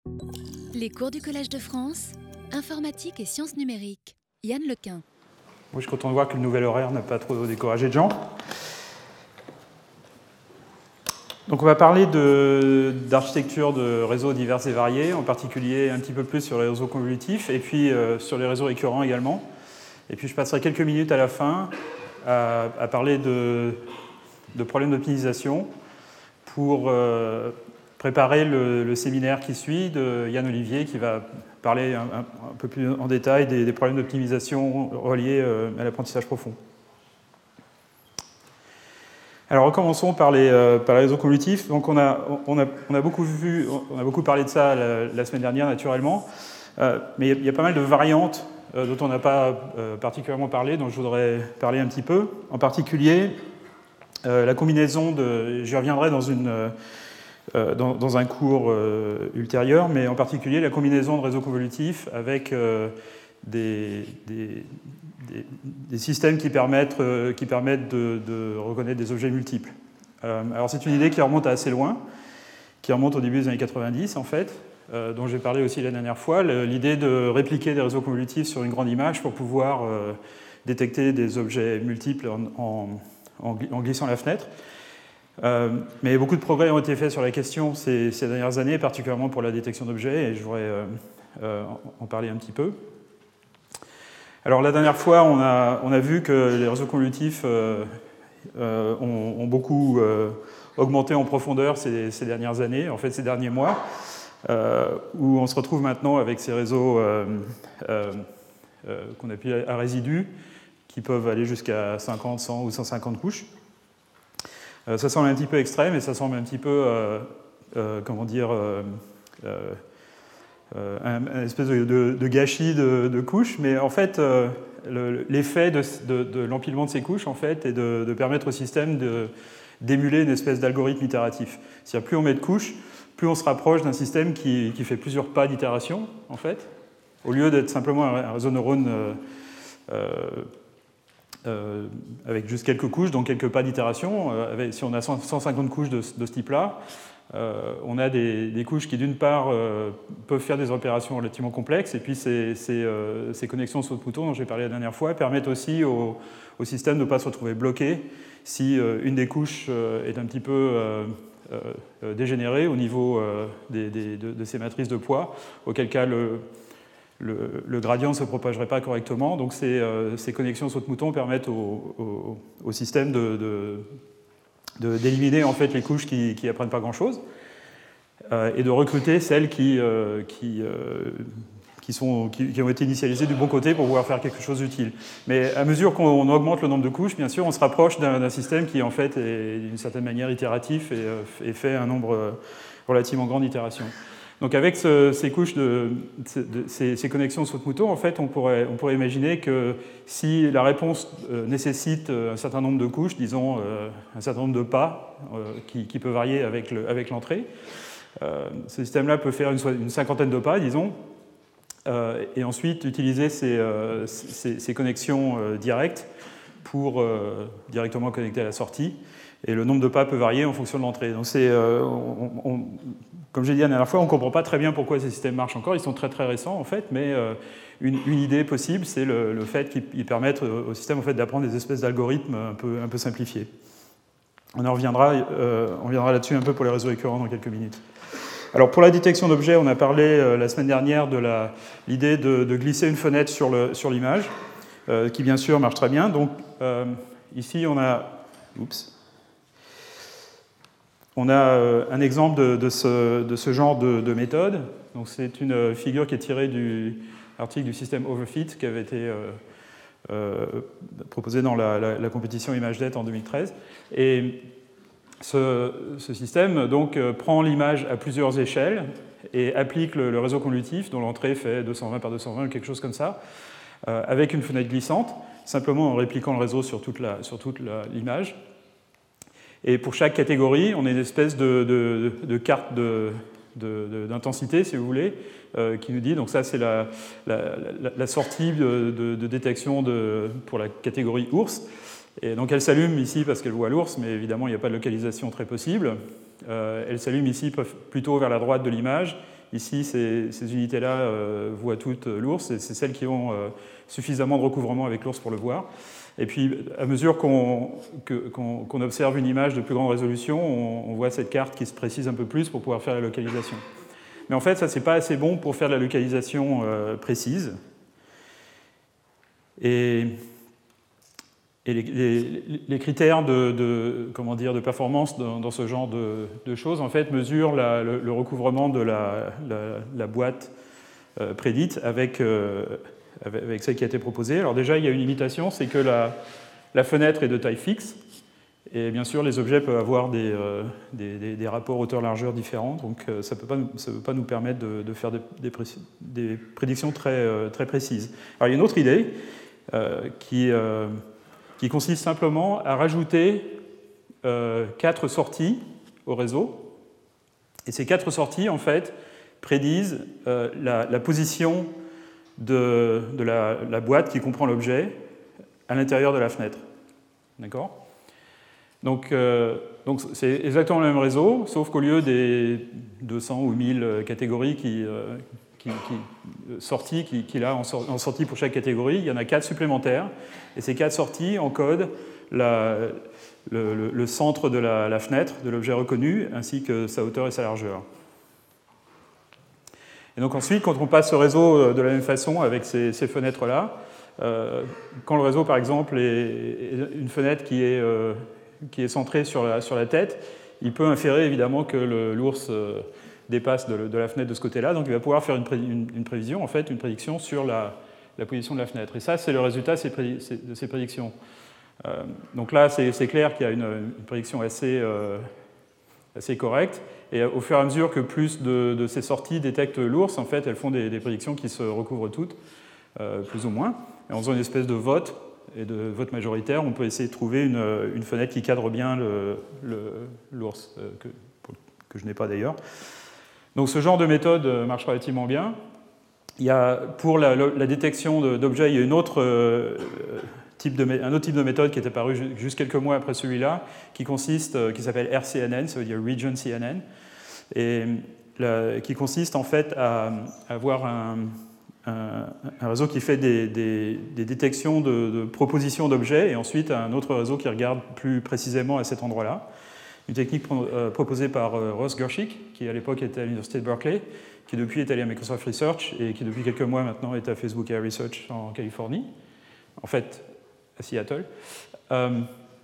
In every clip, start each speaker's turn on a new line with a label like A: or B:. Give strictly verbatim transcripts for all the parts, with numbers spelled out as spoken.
A: Les cours du Collège de France, informatique et sciences numériques. Yann Lequin.
B: Moi, je suis content de voir que le nouvel horaire n'a pas trop découragé de gens. Donc on va parler d'architecture de, de réseaux divers et variés, en particulier un petit peu plus sur les réseaux convolutifs et puis euh, sur les réseaux récurrents également. Et puis je passerai quelques minutes à la fin à, à parler de, de problèmes d'optimisation pour euh, préparer le, le séminaire qui suit de Yann Olivier qui va parler un, un, un peu plus en détail des, des problèmes d'optimisation reliés euh, à l'apprentissage profond. Alors recommençons par les, euh, par les réseaux convolutifs. Donc on a, on, a, on, a beaucoup vu, on a beaucoup parlé de ça la, la semaine dernière naturellement, euh, mais il y a pas mal de variantes euh, dont on n'a pas euh, particulièrement parlé, dont je voudrais parler un petit peu. En particulier, euh, la combinaison de, j'y reviendrai dans, une, euh, dans, dans un cours euh, ultérieur, mais en particulier la combinaison de réseaux convolutifs avec euh, des, des Des, des systèmes qui permettent, euh, qui permettent de, de reconnaître des objets multiples. Euh, alors c'est une idée qui remonte à assez loin, qui remonte au début des années quatre-vingt-dix en fait, euh, dont j'ai parlé aussi la dernière fois, l'idée de répliquer des réseaux convolutifs sur une grande image pour pouvoir euh, détecter des objets multiples en, en, en glissant la fenêtre. Euh, mais beaucoup de progrès ont été faits sur la question ces, ces dernières années, particulièrement pour la détection d'objets, et je voudrais euh, euh, en parler un petit peu. Alors la dernière fois, on a, on a vu que les réseaux convolutifs euh, euh, ont, ont beaucoup euh, augmenté en profondeur ces, ces dernières années, en fait ces derniers mois, euh, où on se retrouve maintenant avec ces réseaux euh, euh, euh, qu'on appelle à résidus, qui peuvent aller jusqu'à cinquante, cent ou cent cinquante couches. Euh, ça semble un petit peu extrême et ça semble un petit peu, euh, euh, comment dire, euh, euh, Euh, un, un espèce de, de, de gâchis de, de couches, mais en fait, euh, l'effet de, de, de l'empilement de ces couches, en fait, est de, de permettre au système d'émuler une espèce d'algorithme itératif. C'est-à-dire, plus on met de couches, plus on se rapproche d'un système qui, qui fait plusieurs pas d'itération, en fait, au lieu d'être simplement un réseau de neurones euh, euh, avec juste quelques couches, donc quelques pas d'itération. Euh, si on a cent cinquante couches de, de ce type-là, Euh, on a des, des couches qui, d'une part, euh, peuvent faire des opérations relativement complexes, et puis ces, ces, euh, ces connexions saute-mouton dont j'ai parlé la dernière fois permettent aussi au, au système de ne pas se retrouver bloqué si euh, une des couches euh, est un petit peu euh, euh, dégénérée au niveau euh, des, des, de, de ces matrices de poids, auquel cas le, le, le gradient ne se propagerait pas correctement. Donc ces, euh, ces connexions saute-mouton permettent au, au, au système de, de d'éliminer en fait les couches qui n'apprennent pas grand-chose euh, et de recruter celles qui, euh, qui, euh, qui, sont, qui, qui ont été initialisées du bon côté pour pouvoir faire quelque chose d'utile. Mais à mesure qu'on augmente le nombre de couches, bien sûr, on se rapproche d'un système qui en fait est d'une certaine manière itératif et, euh, et fait un nombre relativement grand d'itérations. Donc avec ce, ces couches, de, de ces, ces connexions saute-mouton, en fait, on pourrait, on pourrait imaginer que si la réponse euh, nécessite un certain nombre de couches, disons euh, un certain nombre de pas, euh, qui, qui peut varier avec l'entrée, euh, ce système-là peut faire une, une cinquantaine de pas, disons, euh, et ensuite utiliser ces, euh, ces, ces connexions euh, directes pour euh, directement connecter à la sortie. Et le nombre de pas peut varier en fonction de l'entrée. Donc c'est... Euh, on, on, Comme j'ai dit la dernière fois, on ne comprend pas très bien pourquoi ces systèmes marchent encore. Ils sont très très récents en fait, mais euh, une, une idée possible, c'est le, le fait qu'ils permettent au système en fait, d'apprendre des espèces d'algorithmes un peu, un peu simplifiés. On en reviendra, euh, on reviendra là-dessus un peu pour les réseaux récurrents dans quelques minutes. Alors pour la détection d'objets, on a parlé euh, la semaine dernière de l'idée de, de glisser une fenêtre sur l'image, sur euh, qui bien sûr marche très bien. Donc euh, ici on a... Oups. On a un exemple de, de, ce, de ce genre de, de méthode. C'est une figure qui est tirée du article du système Overfit qui avait été euh, euh, proposé dans la, la, la compétition ImageNet en deux mille treize. Et ce, ce système donc, prend l'image à plusieurs échelles et applique le, le réseau convolutif dont l'entrée fait deux cent vingt par deux cent vingt ou quelque chose comme ça, euh, avec une fenêtre glissante, simplement en répliquant le réseau sur toute l'image. Et pour chaque catégorie, on a une espèce de, de, de carte d'intensité, si vous voulez, euh, qui nous dit, donc ça c'est la, la, la, la sortie de, de, de détection de, pour la catégorie ours. Et donc elle s'allume ici parce qu'elle voit l'ours, mais évidemment il n'y a pas de localisation très possible. Euh, elle s'allume ici plutôt vers la droite de l'image, Ici, ces, ces unités-là euh, voient toutes l'ours, et c'est celles qui ont euh, suffisamment de recouvrement avec l'ours pour le voir. Et puis, à mesure qu'on que, qu'on, qu'on observe une image de plus grande résolution, on, on voit cette carte qui se précise un peu plus pour pouvoir faire la localisation. Mais en fait, ça, c'est pas assez bon pour faire de la localisation euh, précise. Et, et les, les, les critères de, de, comment dire, de performance dans, dans ce genre de, de choses, en fait, mesurent la, le, le recouvrement de la, la, la boîte euh, prédite avec, euh, avec celle qui a été proposée. Alors déjà, il y a une limitation, c'est que la, la fenêtre est de taille fixe. Et bien sûr, les objets peuvent avoir des, euh, des, des, des rapports hauteur-largeur différents, donc euh, ça ne peut, peut pas nous permettre de, de faire des, des, des prédictions très, euh, très précises. Alors, il y a une autre idée euh, qui, euh, qui consiste simplement à rajouter euh, quatre sorties au réseau. Et ces quatre sorties, en fait, prédisent euh, la, la position de, de la, la boîte qui comprend l'objet à l'intérieur de la fenêtre. D'accord ? Donc, euh, donc c'est exactement le même réseau, sauf qu'au lieu des deux cents ou mille catégories qui, euh, qui, qui, sorties qu'il qui a en, sor en sortie pour chaque catégorie, il y en a quatre supplémentaires. Et ces quatre sorties encodent la, le, le, le centre de la, la fenêtre de l'objet reconnu, ainsi que sa hauteur et sa largeur. Et donc ensuite, quand on passe ce réseau de la même façon avec ces, ces fenêtres-là, euh, quand le réseau, par exemple, est, est une fenêtre qui est... Euh, qui est centré sur la, sur la tête, il peut inférer évidemment que l'ours euh, dépasse de, de la fenêtre de ce côté-là, donc il va pouvoir faire une, pré, une, une prévision, en fait, une prédiction sur la, la position de la fenêtre. Et ça, c'est le résultat de ces, pré, de ces prédictions. Euh, donc là, c'est clair qu'il y a une, une prédiction assez, euh, assez correcte, et au fur et à mesure que plus de, de ces sorties détectent l'ours, en fait, elles font des, des prédictions qui se recouvrent toutes, euh, plus ou moins, et en faisant une espèce de vote, et de vote majoritaire, on peut essayer de trouver une, une fenêtre qui cadre bien l'ours, euh, que, que je n'ai pas d'ailleurs. Donc ce genre de méthode marche relativement bien. Il y a, pour la, la détection d'objets, il y a une autre, euh, type de, un autre type de méthode qui est apparu juste quelques mois après celui-là, qui consiste, qui s'appelle R C N N, ça veut dire Region C N N, et la, qui consiste en fait à, à avoir un... Un, un réseau qui fait des, des, des détections de, de propositions d'objets et ensuite un autre réseau qui regarde plus précisément à cet endroit-là. Une technique pro, euh, proposée par euh, Ross Gershik, qui à l'époque était à l'université de Berkeley, qui depuis est allé à Microsoft Research et qui depuis quelques mois maintenant est à Facebook Air Research en Californie, en fait à Seattle. Euh,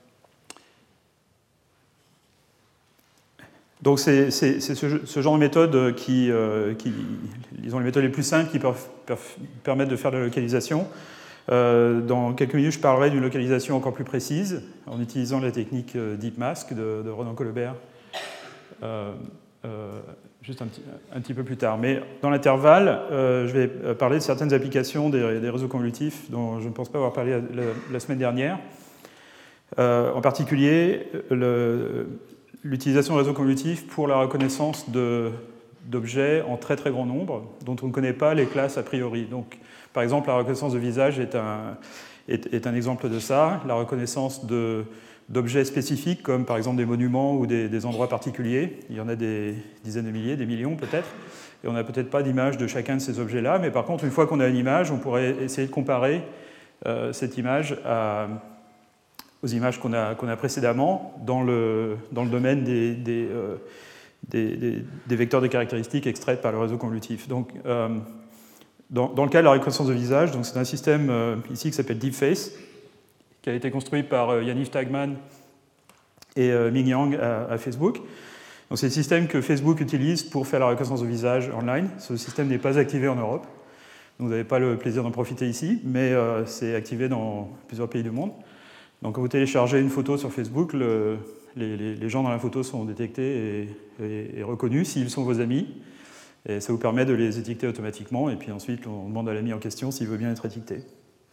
B: Donc c'est ce, ce genre de méthode qui, euh, qui, disons les méthodes les plus simples qui peuvent, peuvent permettre de faire de la localisation. Euh, dans quelques minutes, je parlerai d'une localisation encore plus précise en utilisant la technique Deep Mask de, de Ronan Colbert, euh, euh, juste un petit, un petit peu plus tard. Mais dans l'intervalle, euh, je vais parler de certaines applications des, des réseaux convolutifs dont je ne pense pas avoir parlé la, la semaine dernière. Euh, en particulier, le l'utilisation de réseaux convolutifs pour la reconnaissance d'objets en très très grand nombre, dont on ne connaît pas les classes a priori. Donc, par exemple, la reconnaissance de visage est un, est, est un exemple de ça. La reconnaissance d'objets spécifiques, comme par exemple des monuments ou des, des endroits particuliers. Il y en a des dizaines de milliers, des millions peut-être. Et on n'a peut-être pas d'image de chacun de ces objets-là. Mais par contre, une fois qu'on a une image, on pourrait essayer de comparer euh, cette image à... aux images qu'on a, qu'on a précédemment dans le, dans le domaine des, des, euh, des, des, des vecteurs de caractéristiques extraites par le réseau convolutif. Donc, euh, dans, dans le cas de la reconnaissance de visage, c'est un système euh, ici qui s'appelle DeepFace, qui a été construit par euh, Yaniv Tagman et euh, Ming Yang à, à Facebook. C'est le système que Facebook utilise pour faire la reconnaissance de visage online. Ce système n'est pas activé en Europe. Donc, vous n'avez pas le plaisir d'en profiter ici, mais euh, c'est activé dans plusieurs pays du monde. Donc quand vous téléchargez une photo sur Facebook, le, les, les, les gens dans la photo sont détectés et, et, et reconnus s'ils sont vos amis. Et ça vous permet de les étiqueter automatiquement. Et puis ensuite, on demande à l'ami en question s'il veut bien être étiqueté.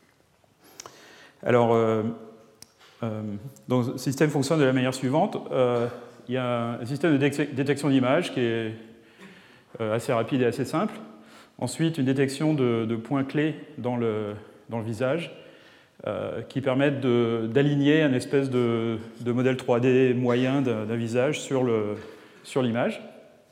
B: Alors, euh, euh, donc, ce système fonctionne de la manière suivante. Euh, il y a un système de détection d'image qui est euh, assez rapide et assez simple. Ensuite, une détection de, de points clés dans le, dans le visage. Euh, qui permettent d'aligner un espèce de, de modèle trois D moyen d'un visage sur l'image. Sur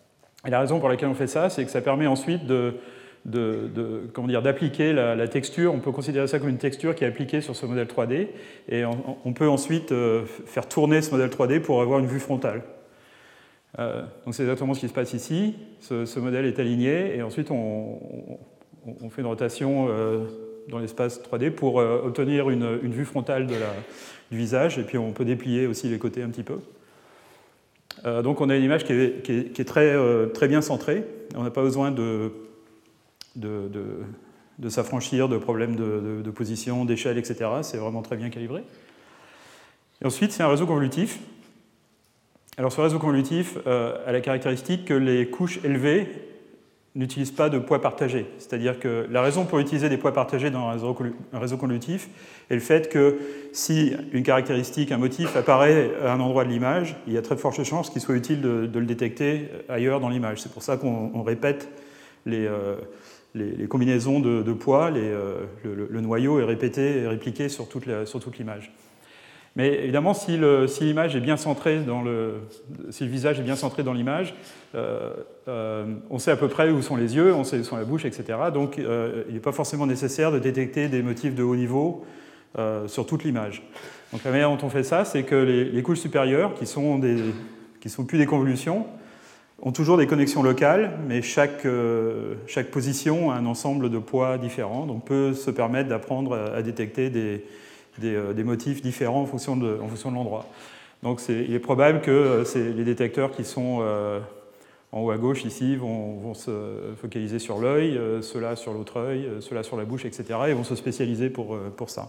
B: Et la raison pour laquelle on fait ça, c'est que ça permet ensuite de, de, de, comment dire, d'appliquer la, la texture. On peut considérer ça comme une texture qui est appliquée sur ce modèle trois D, et on, on peut ensuite euh, faire tourner ce modèle trois D pour avoir une vue frontale. Euh, donc c'est exactement ce qui se passe ici. Ce, ce modèle est aligné, et ensuite on, on, on fait une rotation euh, dans l'espace trois D pour euh, obtenir une, une vue frontale de la, du visage, et puis on peut déplier aussi les côtés un petit peu. Euh, donc on a une image qui est, qui est, qui est très, euh, très bien centrée. On n'a pas besoin de, de, de, de s'affranchir de problèmes de, de, de position, d'échelle, et cetera. C'est vraiment très bien calibré. Et ensuite, c'est un réseau convolutif. Alors ce réseau convolutif euh, a la caractéristique que les couches élevées n'utilisent pas de poids partagé. C'est-à-dire que la raison pour utiliser des poids partagés dans un réseau, un réseau convolutif est le fait que si une caractéristique, un motif apparaît à un endroit de l'image, il y a très forte chance qu'il soit utile de, de le détecter ailleurs dans l'image. C'est pour ça qu'on répète les, euh, les, les combinaisons de, de poids, les, euh, le, le noyau est répété et répliqué sur toute la, sur toute l'image. Mais évidemment, si l'image si est bien centrée dans le, si le visage est bien centré dans l'image, euh, euh, on sait à peu près où sont les yeux, on sait où sont la bouche, et cetera. Donc, euh, il n'est pas forcément nécessaire de détecter des motifs de haut niveau euh, sur toute l'image. Donc, la manière dont on fait ça, c'est que les, les couches supérieures, qui sont des, qui sont plus des convolutions, ont toujours des connexions locales, mais chaque, euh, chaque position a un ensemble de poids différents, donc peut se permettre d'apprendre à, à détecter des Des, euh, des motifs différents en fonction de, en fonction de l'endroit. Donc il est probable que euh, les détecteurs qui sont euh, en haut à gauche ici vont, vont se focaliser sur l'œil, euh, ceux-là sur l'autre œil, euh, ceux-là sur la bouche, et cetera, et vont se spécialiser pour, euh, pour ça.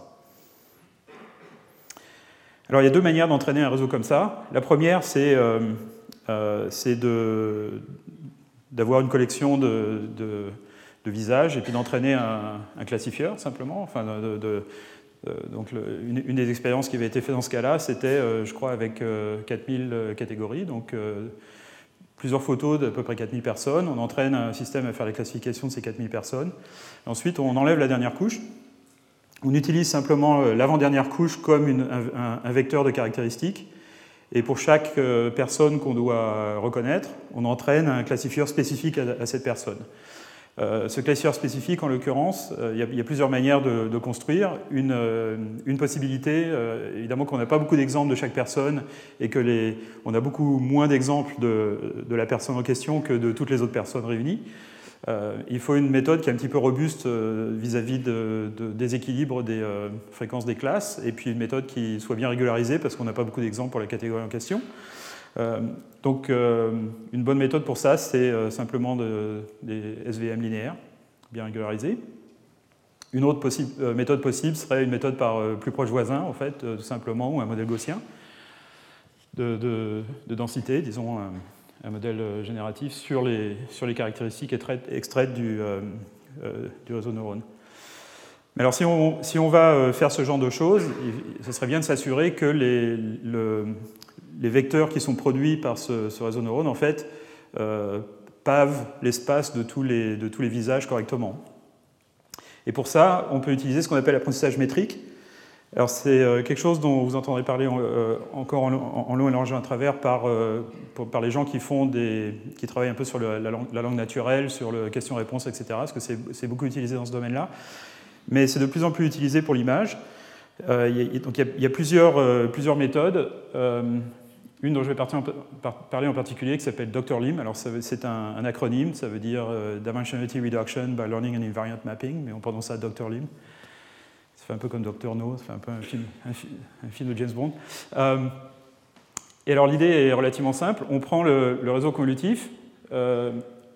B: Alors il y a deux manières d'entraîner un réseau comme ça. La première, c'est euh, euh, d'avoir une collection de, de, de visages et puis d'entraîner un, un classifieur, simplement, enfin de, de Euh, donc le, une, une des expériences qui avait été faite dans ce cas-là, c'était, euh, je crois, avec euh, quatre mille catégories, donc euh, plusieurs photos d'à peu près quatre mille personnes. On entraîne un système à faire la classification de ces quatre mille personnes. Et ensuite, on enlève la dernière couche. On utilise simplement l'avant-dernière couche comme une, un, un vecteur de caractéristiques. Et pour chaque euh, personne qu'on doit reconnaître, on entraîne un classifieur spécifique à, à cette personne. Euh, ce classifieur spécifique, en l'occurrence, euh, il, y a, il y a plusieurs manières de, de construire. Une, euh, une possibilité, euh, évidemment qu'on n'a pas beaucoup d'exemples de chaque personne et que les, on a beaucoup moins d'exemples de, de la personne en question que de toutes les autres personnes réunies. Euh, il faut une méthode qui est un petit peu robuste euh, vis-à-vis de, de déséquilibre des euh, fréquences des classes, et puis une méthode qui soit bien régularisée parce qu'on n'a pas beaucoup d'exemples pour la catégorie en question. Euh, donc euh, une bonne méthode pour ça, c'est euh, simplement de, des S V M linéaires, bien régularisés. Une autre possible, euh, méthode possible serait une méthode par euh, plus proche voisin, en fait, euh, tout simplement, ou un modèle gaussien de, de, de densité, disons un, un modèle génératif sur les, sur les caractéristiques extraites du, euh, euh, du réseau de neurones. Mais alors si on, si on va faire ce genre de choses, ce serait bien de s'assurer que les, le, les vecteurs qui sont produits par ce, ce réseau de neurones, en fait, euh, pavent l'espace de tous les, de tous les visages correctement. Et pour ça, on peut utiliser ce qu'on appelle l'apprentissage métrique. Alors c'est quelque chose dont vous entendrez parler en, euh, encore en, en long et large à travers par, euh, par les gens qui, font des, qui travaillent un peu sur le, la, langue, la langue naturelle, sur le question-réponse, et cetera, parce que c'est beaucoup utilisé dans ce domaine-là. Mais c'est de plus en plus utilisé pour l'image. Euh, il y a, donc il y a, il y a plusieurs, euh, plusieurs méthodes. Euh, une dont je vais partir en, par, parler en particulier qui s'appelle Doctor Lim. Alors c'est un, un acronyme, ça veut dire euh, Dimensionality Reduction by Learning and Invariant Mapping, mais on prononce ça Doctor Lim. Ça fait un peu comme Doctor No, ça fait un peu un film, un, un film de James Bond. Euh, et alors l'idée est relativement simple. On prend le, le réseau convolutif euh,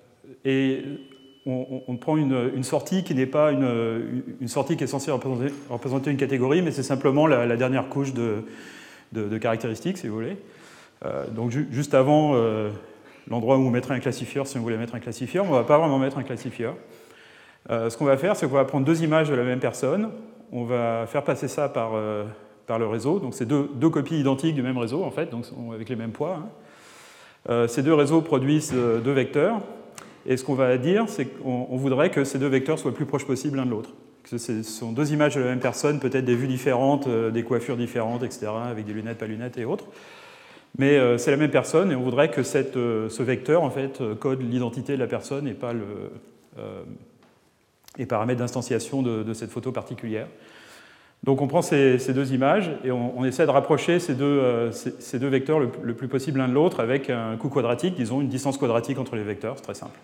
B: et on, on prend une, une sortie qui n'est pas une, une sortie qui est censée représenter, représenter une catégorie, mais c'est simplement la, la dernière couche de, de, de caractéristiques, si vous voulez. Euh, donc ju juste avant euh, l'endroit où on mettrait un classifieur, si on voulait mettre un classifieur, on ne va pas vraiment mettre un classifieur. Euh, ce qu'on va faire, c'est qu'on va prendre deux images de la même personne. On va faire passer ça par, euh, par le réseau. Donc c'est deux, deux copies identiques du même réseau, en fait, donc avec les mêmes poids. Hein. Euh, ces deux réseaux produisent euh, deux vecteurs. Et ce qu'on va dire, c'est qu'on on voudrait que ces deux vecteurs soient le plus proches possible l'un de l'autre. Ce sont deux images de la même personne, peut-être des vues différentes, euh, des coiffures différentes, et cetera, avec des lunettes, pas lunettes et autres. Mais euh, c'est la même personne et on voudrait que cette, euh, ce vecteur en fait, code l'identité de la personne et pas le, euh, les paramètres d'instanciation de, de cette photo particulière. Donc on prend ces, ces deux images et on, on essaie de rapprocher ces deux, euh, ces, ces deux vecteurs le, le plus possible l'un de l'autre avec un coût quadratique, disons une distance quadratique entre les vecteurs, c'est très simple.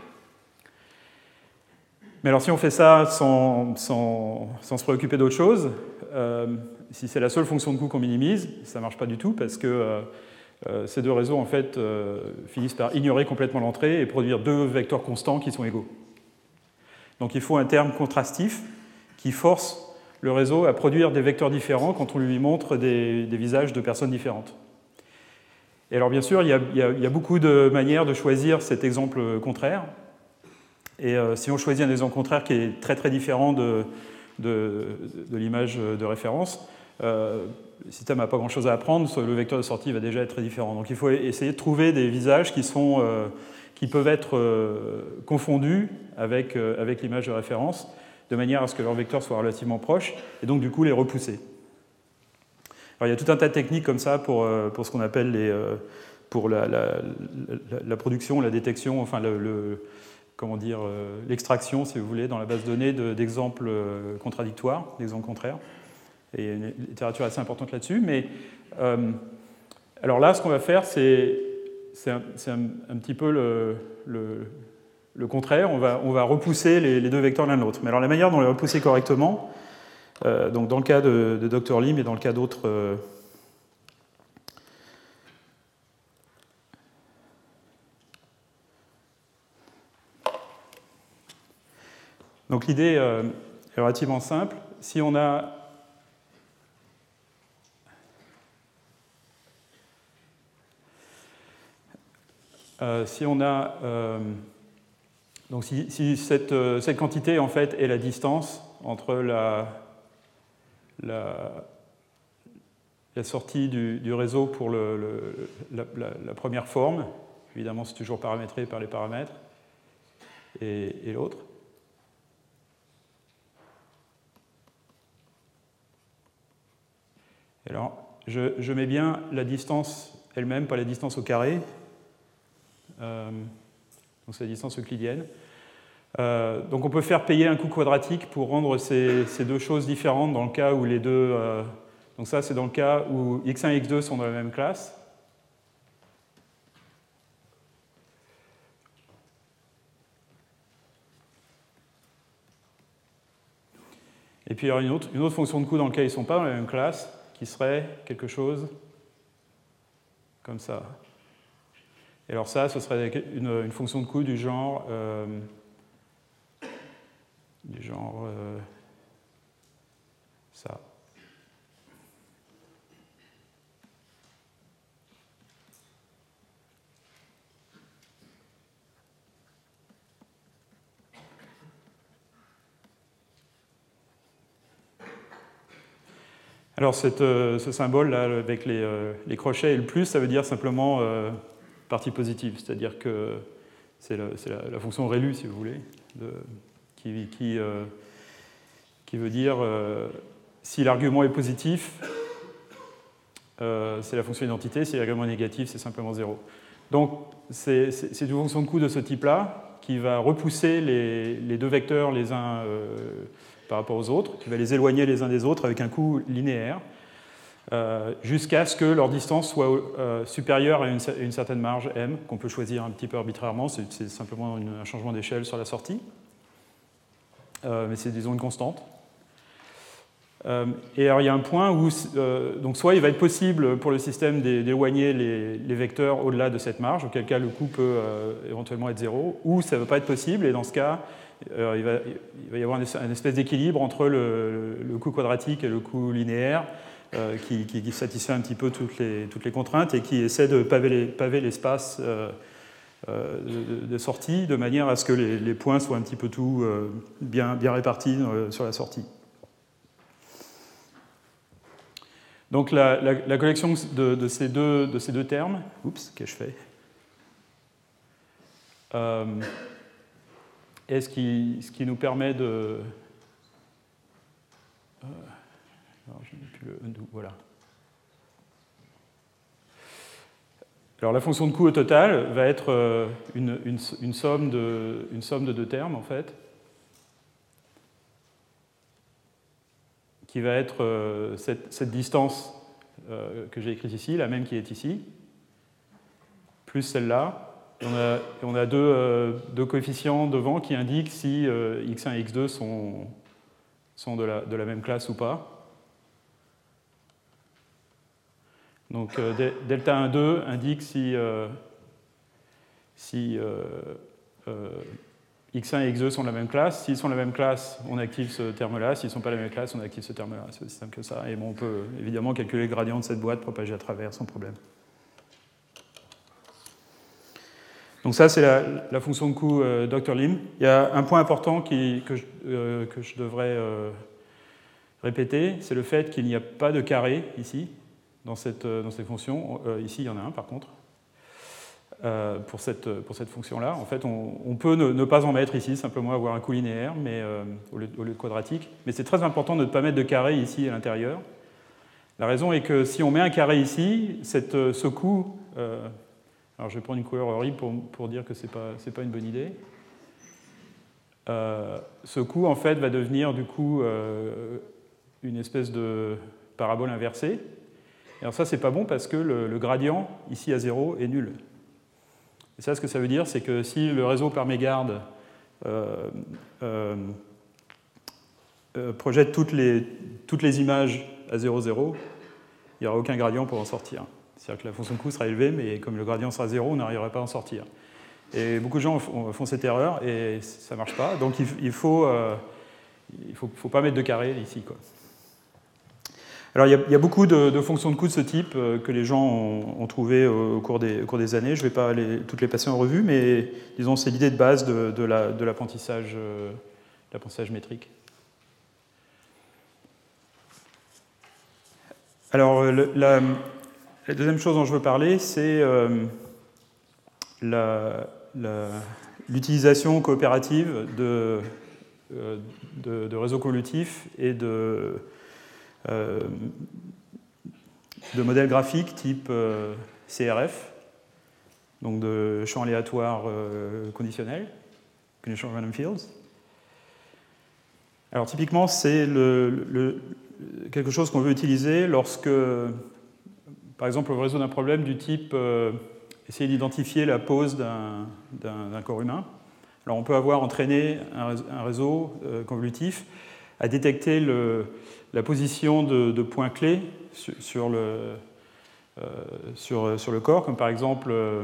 B: Mais alors si on fait ça sans, sans, sans se préoccuper d'autre chose, euh, si c'est la seule fonction de coût qu'on minimise, ça ne marche pas du tout parce que euh, euh, ces deux réseaux en fait, euh, finissent par ignorer complètement l'entrée et produire deux vecteurs constants qui sont égaux. Donc il faut un terme contrastif qui force le réseau à produire des vecteurs différents quand on lui montre des, des visages de personnes différentes. Et alors bien sûr, il y, a, il, y a, il y a beaucoup de manières de choisir cet exemple contraire. Et euh, si on choisit un exemple contraire qui est très très différent de, de, de l'image de référence, euh, le système n'a pas grand-chose à apprendre, le vecteur de sortie va déjà être très différent. Donc il faut essayer de trouver des visages qui, sont, euh, qui peuvent être euh, confondus avec, euh, avec l'image de référence, de manière à ce que leur vecteur soit relativement proche, et donc du coup les repousser. Alors, il y a tout un tas de techniques comme ça pour, pour ce qu'on appelle les, pour la, la, la, la production, la détection, enfin le, le, comment dire, l'extraction, si vous voulez, dans la base de données d'exemples contradictoires, d'exemples contraires. Et il y a une littérature assez importante là-dessus. Mais euh, alors là, ce qu'on va faire, c'est un, un, un petit peu le, le Le contraire, on va, on va repousser les, les deux vecteurs l'un de l'autre. Mais alors la manière dont on les repousser correctement, euh, donc dans le cas de, de docteur Lim et dans le cas d'autres... Euh, donc l'idée euh, est relativement simple. Si on a... Euh, si on a... Euh, Donc si, si cette, cette quantité en fait est la distance entre la, la, la sortie du, du réseau pour le, le, la, la, la première forme, évidemment c'est toujours paramétré par les paramètres, et, et l'autre. Alors je, je mets bien la distance elle-même, pas la distance au carré. Euh, Donc c'est la distance euclidienne. Euh, donc on peut faire payer un coût quadratique pour rendre ces, ces deux choses différentes dans le cas où les deux... Euh, donc ça c'est dans le cas où x un et x deux sont dans la même classe. Et puis il y aura une autre, une autre fonction de coût dans lequel ils ne sont pas dans la même classe, qui serait quelque chose comme ça. Et alors ça, ce serait une, une fonction de coût du genre, euh, du genre euh, ça. Alors cette, euh, ce symbole-là, avec les, euh, les crochets et le plus, ça veut dire simplement euh, partie positive, c'est-à-dire que c'est la, la, la fonction ReLU, si vous voulez, de, qui, qui, euh, qui veut dire euh, si l'argument est positif, euh, c'est la fonction identité, si l'argument est négatif, c'est simplement zéro. Donc c'est une fonction de coût de ce type-là qui va repousser les, les deux vecteurs les uns euh, par rapport aux autres, qui va les éloigner les uns des autres avec un coût linéaire, euh, jusqu'à ce que leur distance soit euh, supérieure à une, une certaine marge m, qu'on peut choisir un petit peu arbitrairement, c'est simplement une, un changement d'échelle sur la sortie, euh, mais c'est disons une constante. Euh, et alors il y a un point où, euh, donc soit il va être possible pour le système d'éloigner les, les vecteurs au-delà de cette marge, auquel cas le coût peut euh, éventuellement être zéro, ou ça ne va pas être possible, et dans ce cas, euh, il, va, il va y avoir une espèce d'équilibre entre le, le coût quadratique et le coût linéaire, euh, qui, qui, qui satisfait un petit peu toutes les, toutes les contraintes et qui essaie de paver l'espace euh, euh, de, de sortie, de manière à ce que les, les points soient un petit peu tout euh, bien, bien répartis euh, sur la sortie. Donc la, la, la collection de, de, ces deux, de ces deux termes, oups, qu'ai-je fait euh, est ce qui, ce qui nous permet de... Euh, alors je n'ai plus le undo, voilà. Alors la fonction de coût au total va être euh, une, une, une, somme de, une somme de deux termes, en fait, qui va être euh, cette, cette distance euh, que j'ai écrite ici, la même qui est ici, plus celle-là. On a, on a deux, euh, deux coefficients devant qui indiquent si euh, x un et x deux sont, sont de, la, de la même classe ou pas. Donc euh, delta un deux indique si, euh, si euh, euh, x un et x deux sont de la même classe. S'ils sont de la même classe, on active ce terme-là. S'ils ne sont pas de la même classe, on active ce terme-là. C'est aussi simple que ça. Et bon, on peut évidemment calculer le gradient de cette boîte propagée à travers sans problème. Donc ça, c'est la, la fonction de coût euh, docteur Lim. Il y a un point important qui, que, je, euh, que je devrais euh, répéter, c'est le fait qu'il n'y a pas de carré ici, dans cette, dans cette fonction. Euh, ici, il y en a un, par contre, euh, pour cette, pour cette fonction-là. En fait, on, on peut ne, ne pas en mettre ici, simplement avoir un coût linéaire mais, euh, au, lieu, au lieu de quadratique. Mais c'est très important de ne pas mettre de carré ici à l'intérieur. La raison est que si on met un carré ici, cette, ce coût... Euh, alors je vais prendre une couleur horrible pour, pour dire que ce n'est pas, c'est pas une bonne idée. Euh, ce coût, en fait, va devenir du coup euh, une espèce de parabole inversée. Et alors ça, c'est pas bon parce que le, le gradient, ici à zéro, est nul. Et ça, ce que ça veut dire, c'est que si le réseau par mégarde euh, euh, euh, projette toutes les, toutes les images à zéro, zéro, il n'y aura aucun gradient pour en sortir. C'est-à-dire que la fonction de coût sera élevée, mais comme le gradient sera zéro, on n'arriverait pas à en sortir. Et beaucoup de gens font cette erreur et ça ne marche pas. Donc il ne faut, euh, il faut, faut pas mettre de carré ici, quoi. Alors il y, a, il y a beaucoup de, de fonctions de coût de ce type euh, que les gens ont, ont trouvées au, au, cours des, au cours des années. Je ne vais pas les, toutes les passer en revue, mais disons c'est l'idée de base de, de, la, de l'apprentissage, euh, l'apprentissage métrique. Alors le, la, la deuxième chose dont je veux parler, c'est euh, la, la, l'utilisation coopérative de, de, de réseaux convolutifs et de, euh, de modèles graphiques type euh, C R F, donc de champs aléatoires euh, conditionnels, Conditional Random Fields. Alors typiquement, c'est le, le, quelque chose qu'on veut utiliser lorsque, par exemple, le réseau d'un problème du type euh, essayer d'identifier la pose d'un, d'un, d'un corps humain. Alors on peut avoir entraîné un, un réseau euh, convolutif à détecter le, la position de, de points clés sur, sur, le, euh, sur, sur le corps, comme par exemple euh,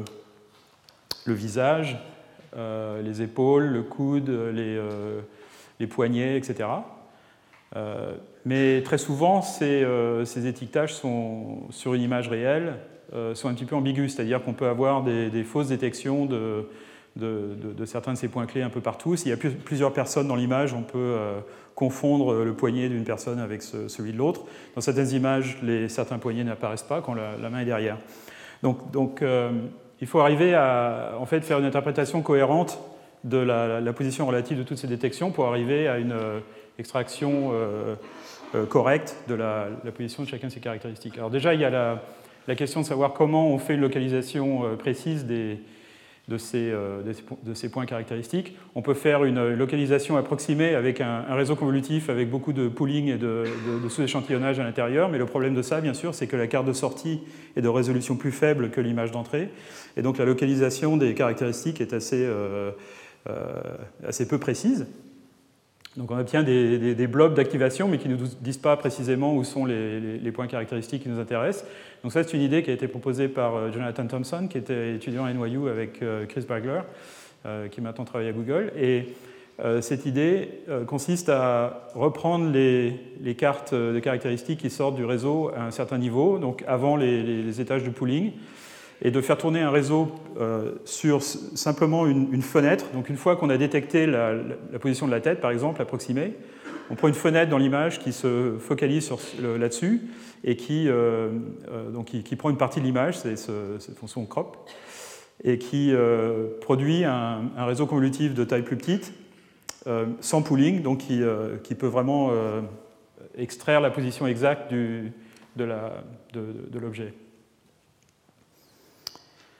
B: le visage, euh, les épaules, le coude, les, euh, les poignets, et cetera. Euh, mais très souvent, ces, euh, ces étiquetages sont, sur une image réelle euh, sont un petit peu ambigus, c'est-à-dire qu'on peut avoir des, des fausses détections de, de, de, de certains de ces points clés un peu partout. S'il y a plus, plusieurs personnes dans l'image, on peut euh, confondre le poignet d'une personne avec ce, celui de l'autre. Dans certaines images, les, certains poignets n'apparaissent pas quand la, la main est derrière. Donc, donc euh, il faut arriver à en fait, faire une interprétation cohérente de la, la position relative de toutes ces détections pour arriver à une euh, extraction euh, euh, correcte de la, la position de chacun de ces caractéristiques. Alors déjà, il y a la, la question de savoir comment on fait une localisation euh, précise des, de, ces, euh, de ces points caractéristiques. On peut faire une localisation approximée avec un, un réseau convolutif avec beaucoup de pooling et de, de, de sous-échantillonnage à l'intérieur, mais le problème de ça, bien sûr, c'est que la carte de sortie est de résolution plus faible que l'image d'entrée, et donc la localisation des caractéristiques est assez, euh, euh, assez peu précise. Donc on obtient des, des, des blobs d'activation, mais qui ne nous disent pas précisément où sont les, les, les points caractéristiques qui nous intéressent. Donc ça, c'est une idée qui a été proposée par Jonathan Thompson, qui était étudiant à N Y U avec Chris Bagler, euh, qui maintenant travaille à Google. Et euh, cette idée euh, consiste à reprendre les, les cartes de caractéristiques qui sortent du réseau à un certain niveau, donc avant les, les, les étages de pooling, et de faire tourner un réseau euh, sur simplement une, une fenêtre. Donc une fois qu'on a détecté la, la, la position de la tête, par exemple, approximée, on prend une fenêtre dans l'image qui se focalise sur, le, là-dessus et qui, euh, euh, donc qui, qui prend une partie de l'image, c'est ce, cette fonction crop, et qui euh, produit un, un réseau convolutif de taille plus petite, euh, sans pooling, donc qui, euh, qui peut vraiment euh, extraire la position exacte du, de, la, de, de l'objet.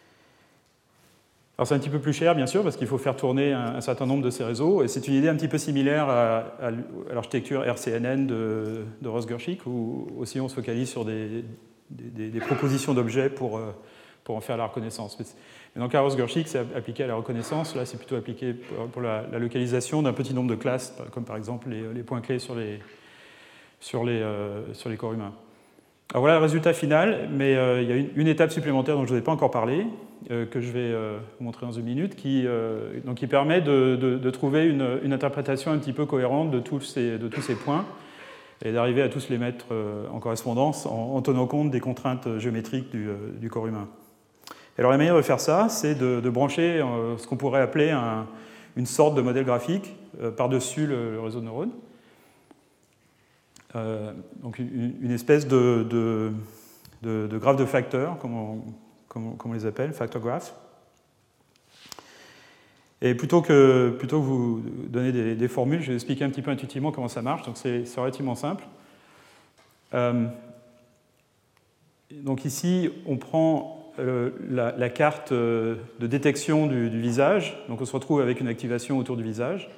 B: Alors c'est un petit peu plus cher, bien sûr, parce qu'il faut faire tourner un, un certain nombre de ces réseaux, et c'est une idée un petit peu similaire à, à, à l'architecture R C N N de, de Ross-Gerschick, où aussi on se focalise sur des, des, des propositions d'objets pour, pour en faire la reconnaissance. Mais dans le cas Ross-Gerschick, c'est appliqué à la reconnaissance, là c'est plutôt appliqué pour, pour la, la localisation d'un petit nombre de classes, comme par exemple les, les points clés sur les, sur les, euh, sur les corps humains. Alors voilà le résultat final, mais euh, il y a une, une étape supplémentaire dont je ne vous ai pas encore parlé, euh, que je vais euh, vous montrer dans une minute, qui, euh, donc qui permet de, de, de trouver une, une interprétation un petit peu cohérente de tous ces, de tous ces points et d'arriver à tous les mettre euh, en correspondance en, en tenant compte des contraintes géométriques du, euh, du corps humain. Et alors la manière de faire ça, c'est de, de brancher euh, ce qu'on pourrait appeler un, une sorte de modèle graphique euh, par-dessus le, le réseau de neurones. Euh, donc une, une espèce de, de, de, de graphe de facteurs, comme on, comme, comme on les appelle, factor graph. Et plutôt que, plutôt que vous donner des, des formules, je vais expliquer un petit peu intuitivement comment ça marche. Donc c'est relativement simple. Euh, donc ici, on prend euh, la, la carte de détection du, du visage. Donc on se retrouve avec une activation autour du visage.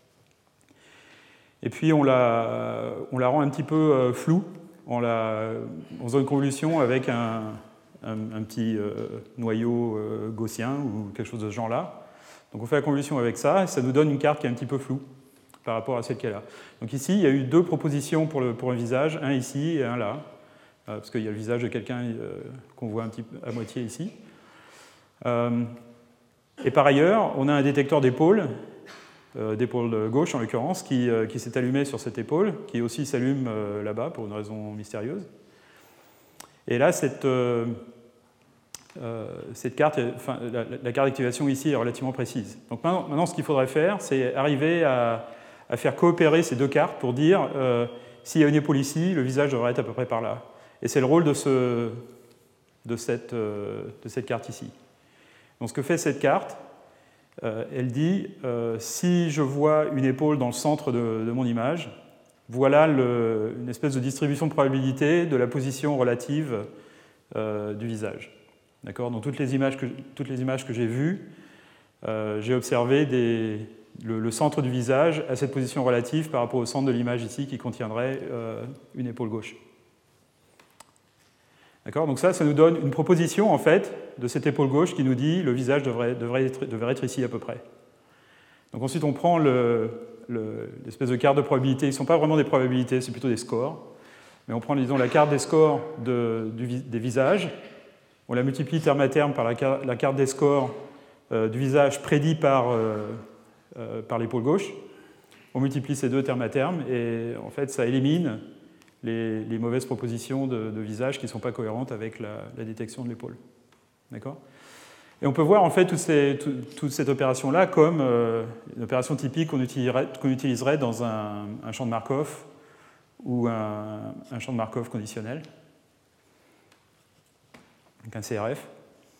B: Et puis on la, on la rend un petit peu euh, floue en, la, en faisant une convolution avec un, un, un petit euh, noyau euh, gaussien ou quelque chose de ce genre-là. Donc on fait la convolution avec ça, et ça nous donne une carte qui est un petit peu floue par rapport à celle qu'elle a. Donc ici, il y a eu deux propositions pour, le, pour un visage, un ici et un là, euh, parce qu'il y a le visage de quelqu'un euh, qu'on voit un petit peu à moitié ici. Euh, et par ailleurs, on a un détecteur d'épaule, Euh, d'épaule gauche en l'occurrence, qui, euh, qui s'est allumé sur cette épaule, qui aussi s'allume euh, là-bas pour une raison mystérieuse. Et là, cette, euh, euh, cette carte, enfin, la, la carte d'activation ici est relativement précise. Donc maintenant, maintenant ce qu'il faudrait faire, c'est arriver à, à faire coopérer ces deux cartes pour dire euh, s'il y a une épaule ici, le visage devrait être à peu près par là. Et c'est le rôle de, ce, de, cette, euh, de cette carte ici. Donc ce que fait cette carte, Euh, elle dit, euh, si je vois une épaule dans le centre de, de mon image, voilà le, une espèce de distribution de probabilité de la position relative euh, du visage. D'accord ? Dans toutes les images que, toutes les images que j'ai vues, euh, j'ai observé des, le, le centre du visage à cette position relative par rapport au centre de l'image ici qui contiendrait euh, une épaule gauche. Donc ça, ça nous donne une proposition en fait de cette épaule gauche qui nous dit le visage devrait, devrait, être, devrait être ici à peu près. Donc ensuite, on prend l'espèce le, de carte de probabilité. Ils ne sont pas vraiment des probabilités, c'est plutôt des scores. Mais on prend, disons, la carte des scores de, du, des visages. On la multiplie terme à terme par la, la carte des scores euh, du visage prédit par, euh, euh, par l'épaule gauche. On multiplie ces deux terme à terme et en fait, ça élimine Les, les mauvaises propositions de, de visage qui ne sont pas cohérentes avec la, la détection de l'épaule. D'accord ? Et on peut voir en fait toute, ces, tout, toute cette opération-là comme euh, une opération typique qu'on utiliserait, qu'on utiliserait dans un, un champ de Markov ou un, un champ de Markov conditionnel, donc un C R F.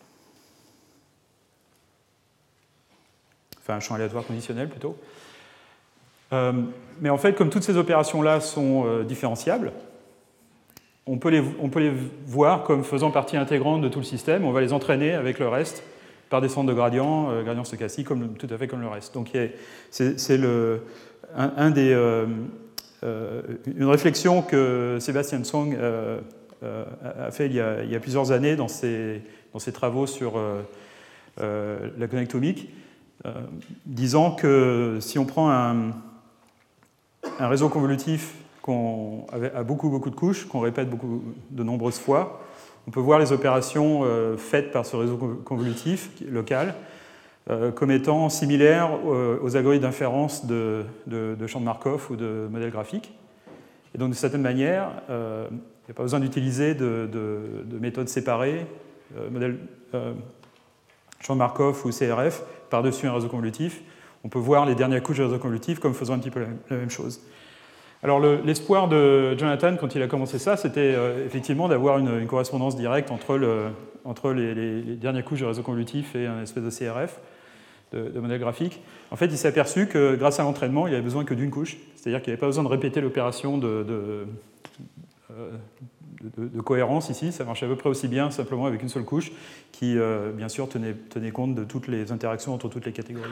B: Enfin, un champ aléatoire conditionnel plutôt. Euh, mais en fait, comme toutes ces opérations-là sont euh, différenciables, on peut, les, on peut les voir comme faisant partie intégrante de tout le système. On va les entraîner avec le reste par des centres de gradient, euh, gradient stochastique, comme, tout à fait comme le reste. Donc c'est un, un des, euh, euh, une réflexion que Sebastian Song euh, euh, a fait il y a, il y a plusieurs années dans ses, dans ses travaux sur euh, euh, la connectomique, euh, disant que si on prend un un réseau convolutif qu'on, à beaucoup, beaucoup de couches, qu'on répète beaucoup, de nombreuses fois, on peut voir les opérations euh, faites par ce réseau convolutif local euh, comme étant similaires aux, aux algorithmes d'inférence de, de, de champs de Markov ou de modèles graphiques. Et donc, de certaine manière, euh, il n'y a pas besoin d'utiliser de, de, de méthodes séparées, euh, modèle, euh, champ de Markov ou C R F, par-dessus un réseau convolutif. On peut voir les dernières couches de réseau convolutif comme faisant un petit peu la même chose. Alors l'espoir le, de Jonathan, quand il a commencé ça, c'était euh, effectivement d'avoir une, une correspondance directe entre, le, entre les, les, les dernières couches de réseau convolutif et un espèce de C R F, de, de modèle graphique. En fait, il s'est aperçu que grâce à l'entraînement, il n'avait besoin que d'une couche, c'est-à-dire qu'il n'avait pas besoin de répéter l'opération de, de, euh, de, de cohérence ici. Ça marchait à peu près aussi bien simplement avec une seule couche qui, euh, bien sûr, tenait, tenait compte de toutes les interactions entre toutes les catégories.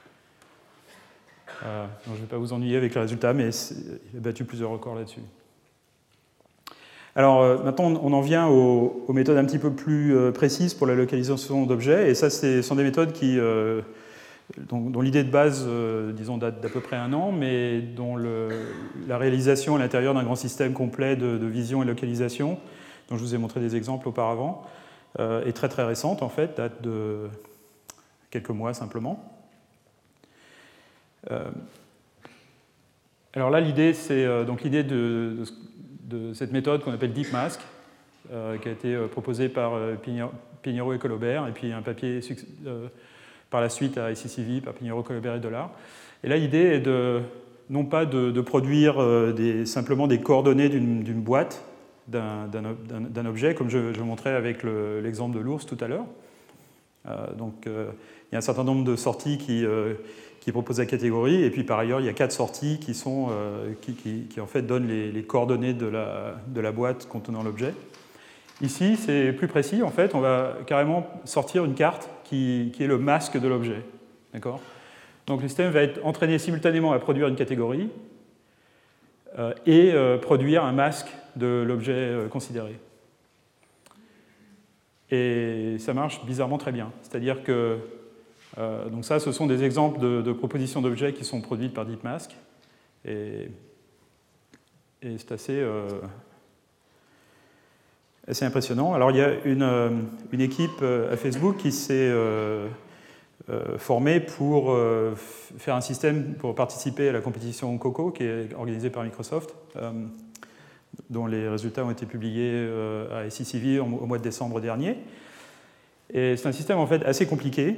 B: Euh, donc je ne vais pas vous ennuyer avec le résultat, mais il a battu plusieurs records là-dessus. Alors euh, maintenant, on en vient aux, aux méthodes un petit peu plus euh, précises pour la localisation d'objets. Et ça, ce sont des méthodes qui, euh, dont, dont l'idée de base, euh, disons, date d'à peu près un an, mais dont le, la réalisation à l'intérieur d'un grand système complet de, de vision et localisation, dont je vous ai montré des exemples auparavant, euh, est très très récente en fait, date de quelques mois simplement. Euh, alors là, l'idée, c'est euh, donc l'idée de, de, de cette méthode qu'on appelle DeepMask, euh, qui a été euh, proposée par euh, Pinheiro et Colobert, et puis un papier euh, par la suite à I C C V par Pinheiro, Colobert et Dollard. Et là, l'idée est de, non pas de, de produire euh, des, simplement des coordonnées d'une d'une boîte, d'un objet, comme je, je montrais avec l'exemple le, de l'ours tout à l'heure. Euh, donc, euh, il y a un certain nombre de sorties qui, euh, qui proposent la catégorie, et puis par ailleurs, il y a quatre sorties qui, sont, euh, qui, qui, qui en fait donnent les, les coordonnées de la, de la boîte contenant l'objet. Ici, c'est plus précis, en fait, on va carrément sortir une carte qui, qui est le masque de l'objet. D'accord ? Donc le système va être entraîné simultanément à produire une catégorie euh, et euh, produire un masque de l'objet euh, considéré. Et ça marche bizarrement très bien. C'est-à-dire que, euh, donc ça, ce sont des exemples de, de propositions d'objets qui sont produites par DeepMask. Et, et c'est assez, euh, assez impressionnant. Alors, il y a une, euh, une équipe à Facebook qui s'est euh, euh, formée pour euh, faire un système pour participer à la compétition Coco, qui est organisée par Microsoft, euh, dont les résultats ont été publiés euh, à I C C V au mois de décembre dernier. Et c'est un système en fait assez compliqué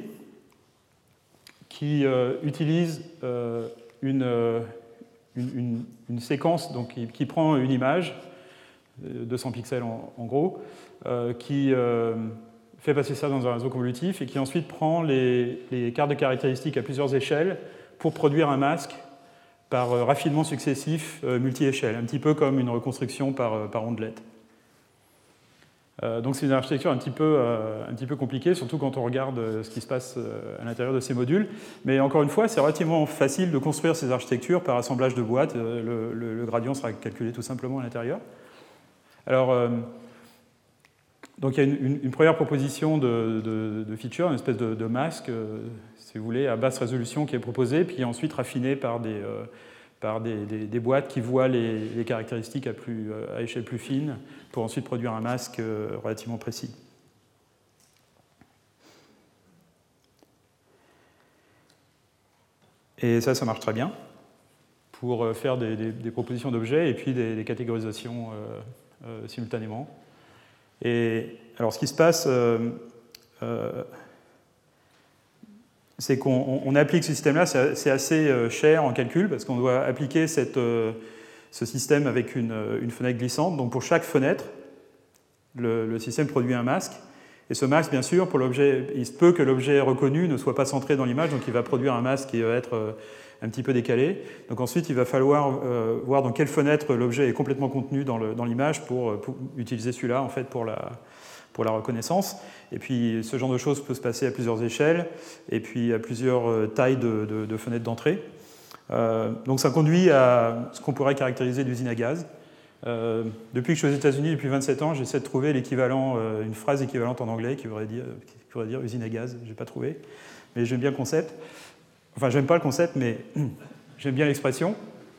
B: qui euh, utilise euh, une, euh, une, une, une séquence donc, qui, qui prend une image, deux cents pixels en, en gros, euh, qui euh, fait passer ça dans un réseau convolutif et qui ensuite prend les, les cartes de caractéristiques à plusieurs échelles pour produire un masque par euh, raffinement successif euh, multi-échelle, un petit peu comme une reconstruction par, euh, par ondelette. Euh, donc c'est une architecture un petit, peu, euh, un petit peu compliquée, surtout quand on regarde euh, ce qui se passe euh, à l'intérieur de ces modules. Mais encore une fois, c'est relativement facile de construire ces architectures par assemblage de boîtes. Euh, le, le, le gradient sera calculé tout simplement à l'intérieur. Alors, euh, donc il y a une, une, une première proposition de, de, de feature, une espèce de, de masque, euh, si vous voulez, à basse résolution qui est proposée, puis ensuite raffinée par des... Euh, par des, des, des boîtes qui voient les, les caractéristiques à, plus, à échelle plus fine pour ensuite produire un masque relativement précis. Et ça, ça marche très bien pour faire des, des, des propositions d'objets et puis des, des catégorisations euh, euh, simultanément. Et alors, ce qui se passe, euh, euh, c'est qu'on applique ce système-là, c'est assez cher en calcul, parce qu'on doit appliquer cette, ce système avec une, une fenêtre glissante. Donc pour chaque fenêtre, le, le système produit un masque. Et ce masque, bien sûr, pour l'objet, il se peut que l'objet reconnu ne soit pas centré dans l'image, donc il va produire un masque qui va être un petit peu décalé. Donc ensuite, il va falloir euh, voir dans quelle fenêtre l'objet est complètement contenu dans l'image pour, pour utiliser celui-là, en fait, pour la... pour la reconnaissance. Et puis, ce genre de choses peut se passer à plusieurs échelles et puis à plusieurs tailles de, de, de fenêtres d'entrée. Euh, donc, ça conduit à ce qu'on pourrait caractériser d'usine à gaz. Euh, depuis que je suis aux États-Unis, depuis vingt-sept ans, j'essaie de trouver l'équivalent, euh, une phrase équivalente en anglais qui voudrait dire, qui voudrait dire usine à gaz. Je n'ai pas trouvé, mais j'aime bien le concept. Enfin, j'aime pas le concept, mais j'aime bien l'expression.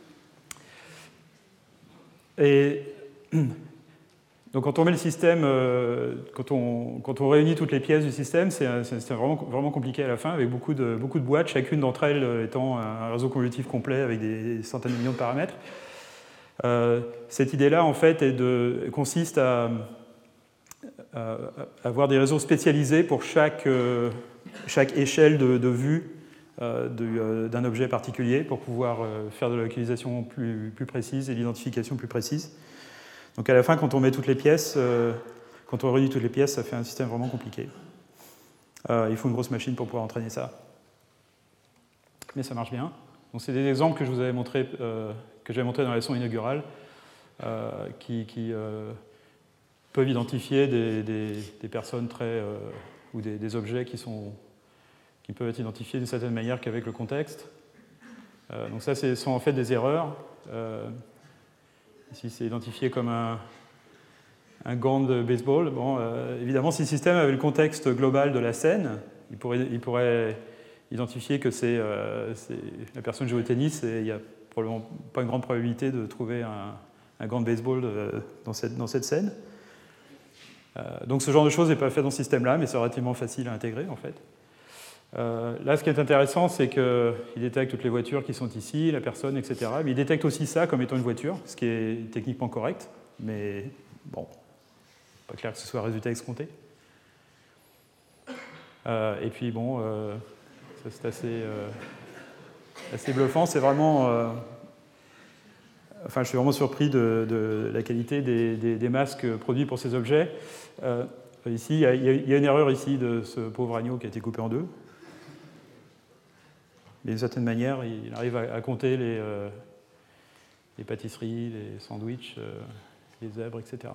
B: Et donc quand on met le système, euh, quand, on, quand on réunit toutes les pièces du système, c'est un système vraiment, vraiment compliqué à la fin, avec beaucoup de, beaucoup de boîtes, chacune d'entre elles étant un réseau convolutif complet avec des centaines de millions de paramètres. Euh, cette idée-là, en fait, est de, consiste à, à, à avoir des réseaux spécialisés pour chaque, euh, chaque échelle de, de vue euh, d'un objet particulier, pour pouvoir euh, faire de la localisation plus, plus précise et l'identification plus précise. Donc à la fin, quand on met toutes les pièces, euh, quand on réunit toutes les pièces, ça fait un système vraiment compliqué. Euh, il faut une grosse machine pour pouvoir entraîner ça. Mais ça marche bien. Donc c'est des exemples que je vous avais montrés, euh, que j'avais montrés dans la leçon inaugurale, euh, qui, qui, euh, peuvent identifier des, des, des personnes très, euh, ou des, des objets qui, sont, qui peuvent être identifiés d'une certaine manière qu'avec le contexte. Euh, donc ça, ce sont en fait des erreurs. Euh, ici, c'est identifié comme un, un gant de baseball. Bon, euh, évidemment, si le système avait le contexte global de la scène, il pourrait, il pourrait identifier que c'est euh, la personne joue au tennis et il n'y a probablement pas une grande probabilité de trouver un, un gant de baseball de, dans, cette, dans cette scène. Euh, donc ce genre de choses n'est pas fait dans ce système-là, mais c'est relativement facile à intégrer en fait. Euh, là, ce qui est intéressant, c'est qu'il détecte toutes les voitures qui sont ici, la personne, et cetera. Mais il détecte aussi ça comme étant une voiture, ce qui est techniquement correct, mais bon, pas clair que ce soit un résultat escompté. Euh, et puis bon, euh, ça c'est assez, euh, assez bluffant. C'est vraiment, euh, enfin, je suis vraiment surpris de, de la qualité des, des, des masques produits pour ces objets. Euh, ici, il y, a, il y a une erreur ici de ce pauvre agneau qui a été coupé en deux. Mais d'une certaine manière, il arrive à, à compter les, euh, les pâtisseries, les sandwichs, euh, les zèbres, et cetera.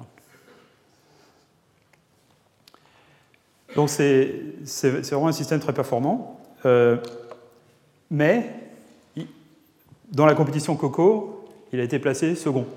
B: Donc c'est vraiment un système très performant. Euh, mais il, dans la compétition Coco, il a été placé second.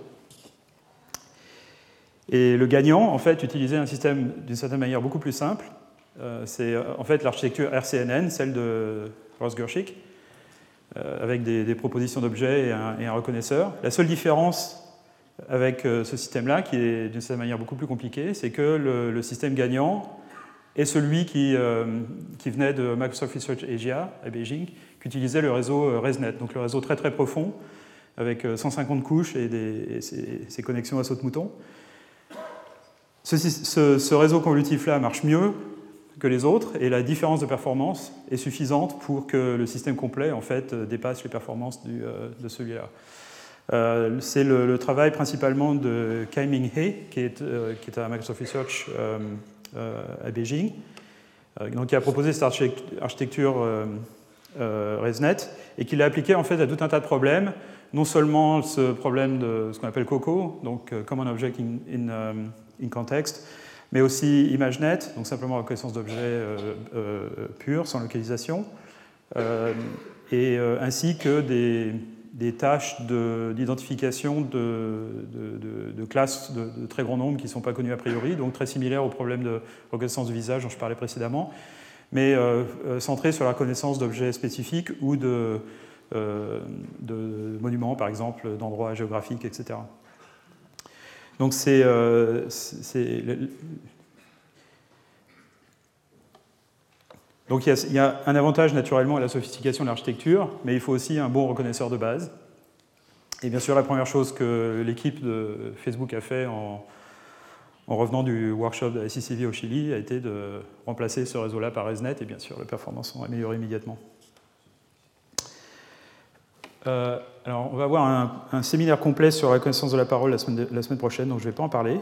B: Et le gagnant, en fait, utilisait un système d'une certaine manière beaucoup plus simple. Euh, c'est en fait l'architecture R C N N, celle de Ross-Gershick, euh, avec des, des propositions d'objets et, et un reconnaisseur. La seule différence avec euh, ce système-là, qui est d'une certaine manière beaucoup plus compliqué, c'est que le, le système gagnant est celui qui, euh, qui venait de Microsoft Research Asia, à Beijing, qui utilisait le réseau ResNet, donc le réseau très très profond, avec cent cinquante couches et, des, et ses, ses connexions à saute-mouton. Ce, ce, ce réseau convolutif-là marche mieux que les autres, et la différence de performance est suffisante pour que le système complet en fait, dépasse les performances du, euh, de celui-là. Euh, C'est le, le travail principalement de Kai-Ming He, qui est, euh, qui est à Microsoft Research euh, euh, à Beijing, euh, donc, qui a proposé cette architecture euh, euh, ResNet, et qui l'a appliquée en fait, à tout un tas de problèmes, non seulement ce problème de ce qu'on appelle COCO, donc uh, Common Object in, in, um, in Context, mais aussi ImageNet, donc simplement reconnaissance d'objets euh, euh, purs, sans localisation, euh, et euh, ainsi que des, des tâches d'identification de, de, de, de classes de, de très grand nombre qui ne sont pas connues a priori, donc très similaires au problème de reconnaissance du visage dont je parlais précédemment, mais euh, centré sur la reconnaissance d'objets spécifiques ou de, euh, de monuments, par exemple, d'endroits géographiques, et cetera. Donc c'est, euh, c'est donc il y, a, il y a un avantage naturellement à la sophistication de l'architecture, mais il faut aussi un bon reconnaisseur de base. Et bien sûr, la première chose que l'équipe de Facebook a fait en, en revenant du workshop de la C C V au Chili a été de remplacer ce réseau-là par ResNet, et bien sûr, les performances sont améliorées immédiatement. Euh, alors, on va avoir un, un séminaire complet sur la reconnaissance de la parole la semaine, de, la semaine prochaine, donc je ne vais pas en parler.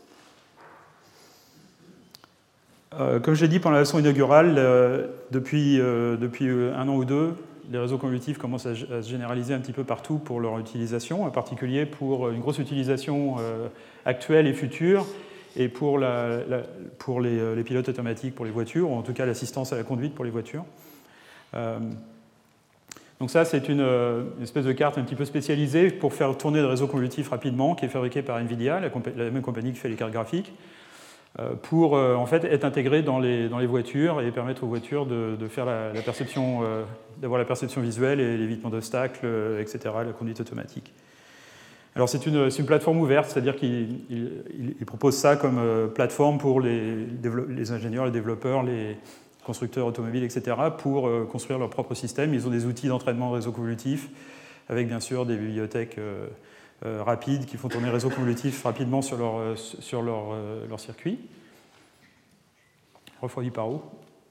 B: Euh, comme je l'ai dit pendant la leçon inaugurale, euh, depuis, euh, depuis un an ou deux, les réseaux convolutifs commencent à, à se généraliser un petit peu partout pour leur utilisation, en particulier pour une grosse utilisation euh, actuelle et future, et pour, la, la, pour les, les pilotes automatiques pour les voitures, ou en tout cas l'assistance à la conduite pour les voitures. Euh, Donc ça, c'est une, une espèce de carte un petit peu spécialisée pour faire tourner le réseau convolutif rapidement, qui est fabriqué par NVIDIA, la, la même compagnie qui fait les cartes graphiques, euh, pour euh, en fait être intégré dans les, dans les voitures et permettre aux voitures de, de faire la, la perception, euh, d'avoir la perception visuelle et l'évitement d'obstacles, euh, et cetera, la conduite automatique. Alors c'est une, une plateforme ouverte, c'est-à-dire qu'il il, il propose ça comme euh, plateforme pour les, les ingénieurs, les développeurs, les constructeurs automobiles, et cetera, pour euh, construire leur propre système. Ils ont des outils d'entraînement réseau convolutif, avec bien sûr des bibliothèques euh, euh, rapides qui font tourner réseau convolutif rapidement sur leur, euh, sur leur, euh, leur circuit. Refroidi par eau.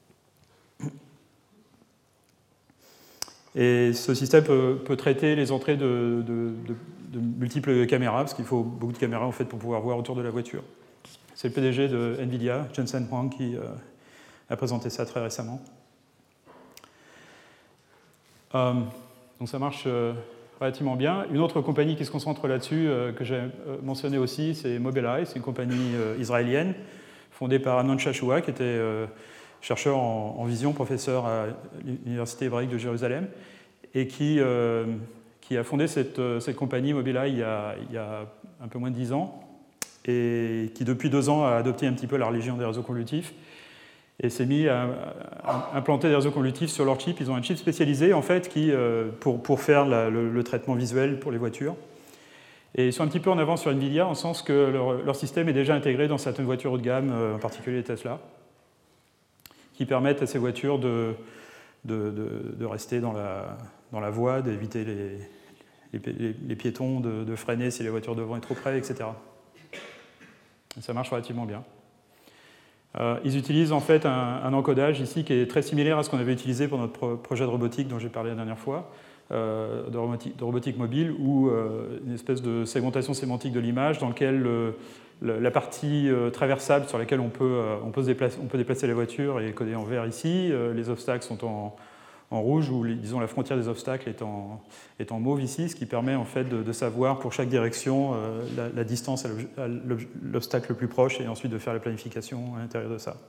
B: Et ce système peut, peut traiter les entrées de, de, de, de multiples caméras, parce qu'il faut beaucoup de caméras en fait, pour pouvoir voir autour de la voiture. C'est le P D G de NVIDIA, Jensen Huang, qui euh, a présenté ça très récemment. Euh, donc ça marche euh, relativement bien. Une autre compagnie qui se concentre là-dessus, euh, que j'ai euh, mentionné aussi, c'est Mobileye. C'est une compagnie euh, israélienne fondée par Amnon Shashua, qui était euh, chercheur en, en vision, professeur à l'Université hébraïque de Jérusalem, et qui, euh, qui a fondé cette, cette compagnie Mobileye il y, a, il y a un peu moins de dix ans, et qui depuis deux ans a adopté un petit peu la religion des réseaux convolutifs, et s'est mis à, à implanter des réseaux convolutifs sur leur chip. Ils ont un chip spécialisé, en fait, qui, euh, pour, pour faire la, le, le traitement visuel pour les voitures. Et ils sont un petit peu en avance sur NVIDIA, en sens que leur, leur système est déjà intégré dans certaines voitures haut de gamme, en particulier les Tesla, qui permettent à ces voitures de, de, de, de rester dans la, dans la voie, d'éviter les, les, les piétons, de, de freiner si la voiture devant est trop près, et cetera. Et ça marche relativement bien. Euh, ils utilisent en fait un, un encodage ici qui est très similaire à ce qu'on avait utilisé pour notre pro projet de robotique dont j'ai parlé la dernière fois, euh, de, robotique, de robotique mobile, ou euh, une espèce de segmentation sémantique de l'image dans laquelle le, le, la partie euh, traversable sur laquelle on peut, euh, on, peut se déplacer, on peut déplacer la voiture est codée en vert ici, euh, les obstacles sont en, en rouge, ou les, disons la frontière des obstacles est en, est en mauve ici, ce qui permet en fait de, de savoir pour chaque direction euh, la, la distance à l'obstacle le plus proche et ensuite de faire la planification à l'intérieur de ça.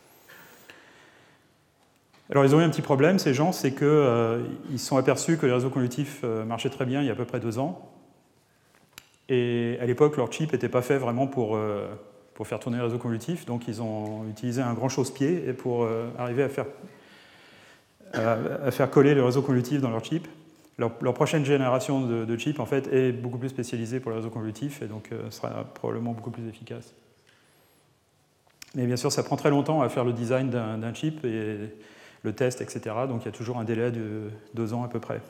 B: Alors ils ont eu un petit problème, ces gens, c'est qu'ils euh, se sont aperçus que les réseaux convolutifs euh, marchaient très bien il y a à peu près deux ans. Et à l'époque, leur chip n'était pas fait vraiment pour, euh, pour faire tourner les réseaux convolutifs, donc ils ont utilisé un grand chausse-pied pour euh, arriver à faire à faire coller le réseau convolutif dans leur chip. Leur, leur prochaine génération de, de chips en fait, est beaucoup plus spécialisée pour les réseaux convolutifs et donc euh, sera probablement beaucoup plus efficace. Mais bien sûr, ça prend très longtemps à faire le design d'un chip et le test, et cetera. Donc il y a toujours un délai de deux ans à peu près.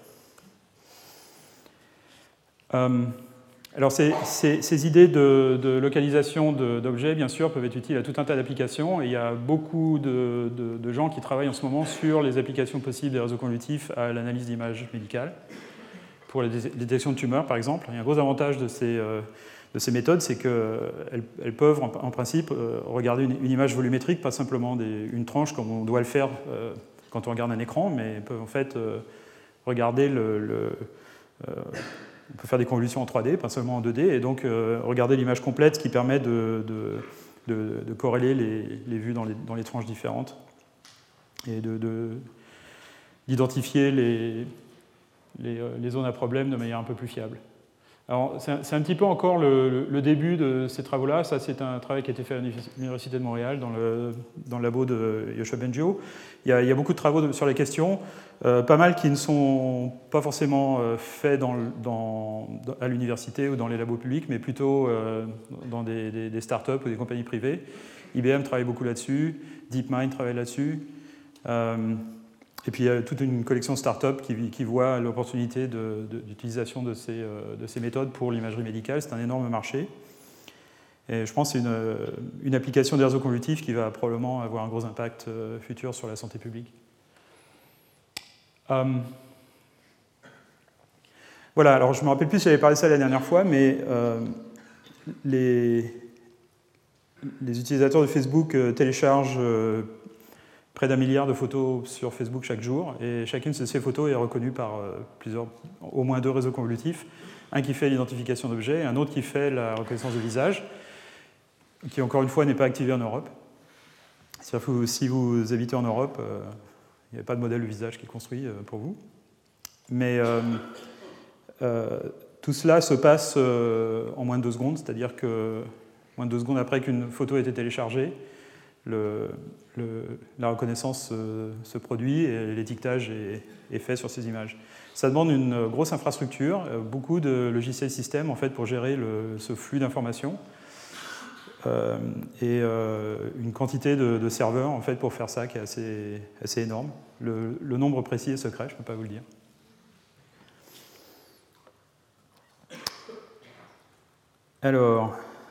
B: Euh, Alors ces, ces, ces idées de, de localisation d'objets, bien sûr, peuvent être utiles à tout un tas d'applications. Et il y a beaucoup de, de, de gens qui travaillent en ce moment sur les applications possibles des réseaux convolutifs à l'analyse d'images médicales. Pour la détection de tumeurs, par exemple. Il y a un gros avantage de ces, euh, de ces méthodes, c'est qu'elles elles peuvent, en, en principe, euh, regarder une, une image volumétrique, pas simplement des, une tranche comme on doit le faire euh, quand on regarde un écran, mais elles peuvent en fait euh, regarder le... le euh, on peut faire des convolutions en trois D, pas seulement en deux D, et donc euh, regarder l'image complète, ce qui permet de, de, de, de corréler les, les vues dans les, dans les tranches différentes et d'identifier de, de, les, les, les zones à problème de manière un peu plus fiable. Alors, c'est un, un petit peu encore le, le, le début de ces travaux-là. Ça, c'est un travail qui a été fait à l'Université de Montréal, dans le, dans le labo de Yoshua Bengio. Il y a, il y a beaucoup de travaux de, sur les questions, euh, pas mal qui ne sont pas forcément euh, faits dans, dans, à l'université ou dans les labos publics, mais plutôt euh, dans des, des, des startups ou des compagnies privées. I B M travaille beaucoup là-dessus, DeepMind travaille là-dessus. Euh, Et puis il y a toute une collection de startups qui, qui voient l'opportunité d'utilisation de, de, ces, de ces méthodes pour l'imagerie médicale. C'est un énorme marché. Et je pense que c'est une, une application des réseaux convolutifs qui va probablement avoir un gros impact futur sur la santé publique. Euh, voilà, alors je ne me rappelle plus si j'avais parlé de ça la dernière fois, mais euh, les, les utilisateurs de Facebook téléchargent euh, près d'un milliard de photos sur Facebook chaque jour, et chacune de ces photos est reconnue par plusieurs, au moins deux réseaux convolutifs, un qui fait l'identification d'objets, un autre qui fait la reconnaissance de visage, qui encore une fois n'est pas activé en Europe. C'est-à-dire que si vous habitez en Europe, euh, il n'y a pas de modèle de visage qui est construit euh, pour vous. Mais euh, euh, tout cela se passe euh, en moins de deux secondes, c'est-à-dire que moins de deux secondes après qu'une photo ait été téléchargée, Le, le, la reconnaissance se, se produit et l'étiquetage est, est fait sur ces images. Ça demande une grosse infrastructure, beaucoup de logiciels systèmes en fait, pour gérer le, ce flux d'informations euh, et euh, une quantité de, de serveurs en fait, pour faire ça qui est assez, assez énorme. Le, le nombre précis est secret, je ne peux pas vous le dire. Alors...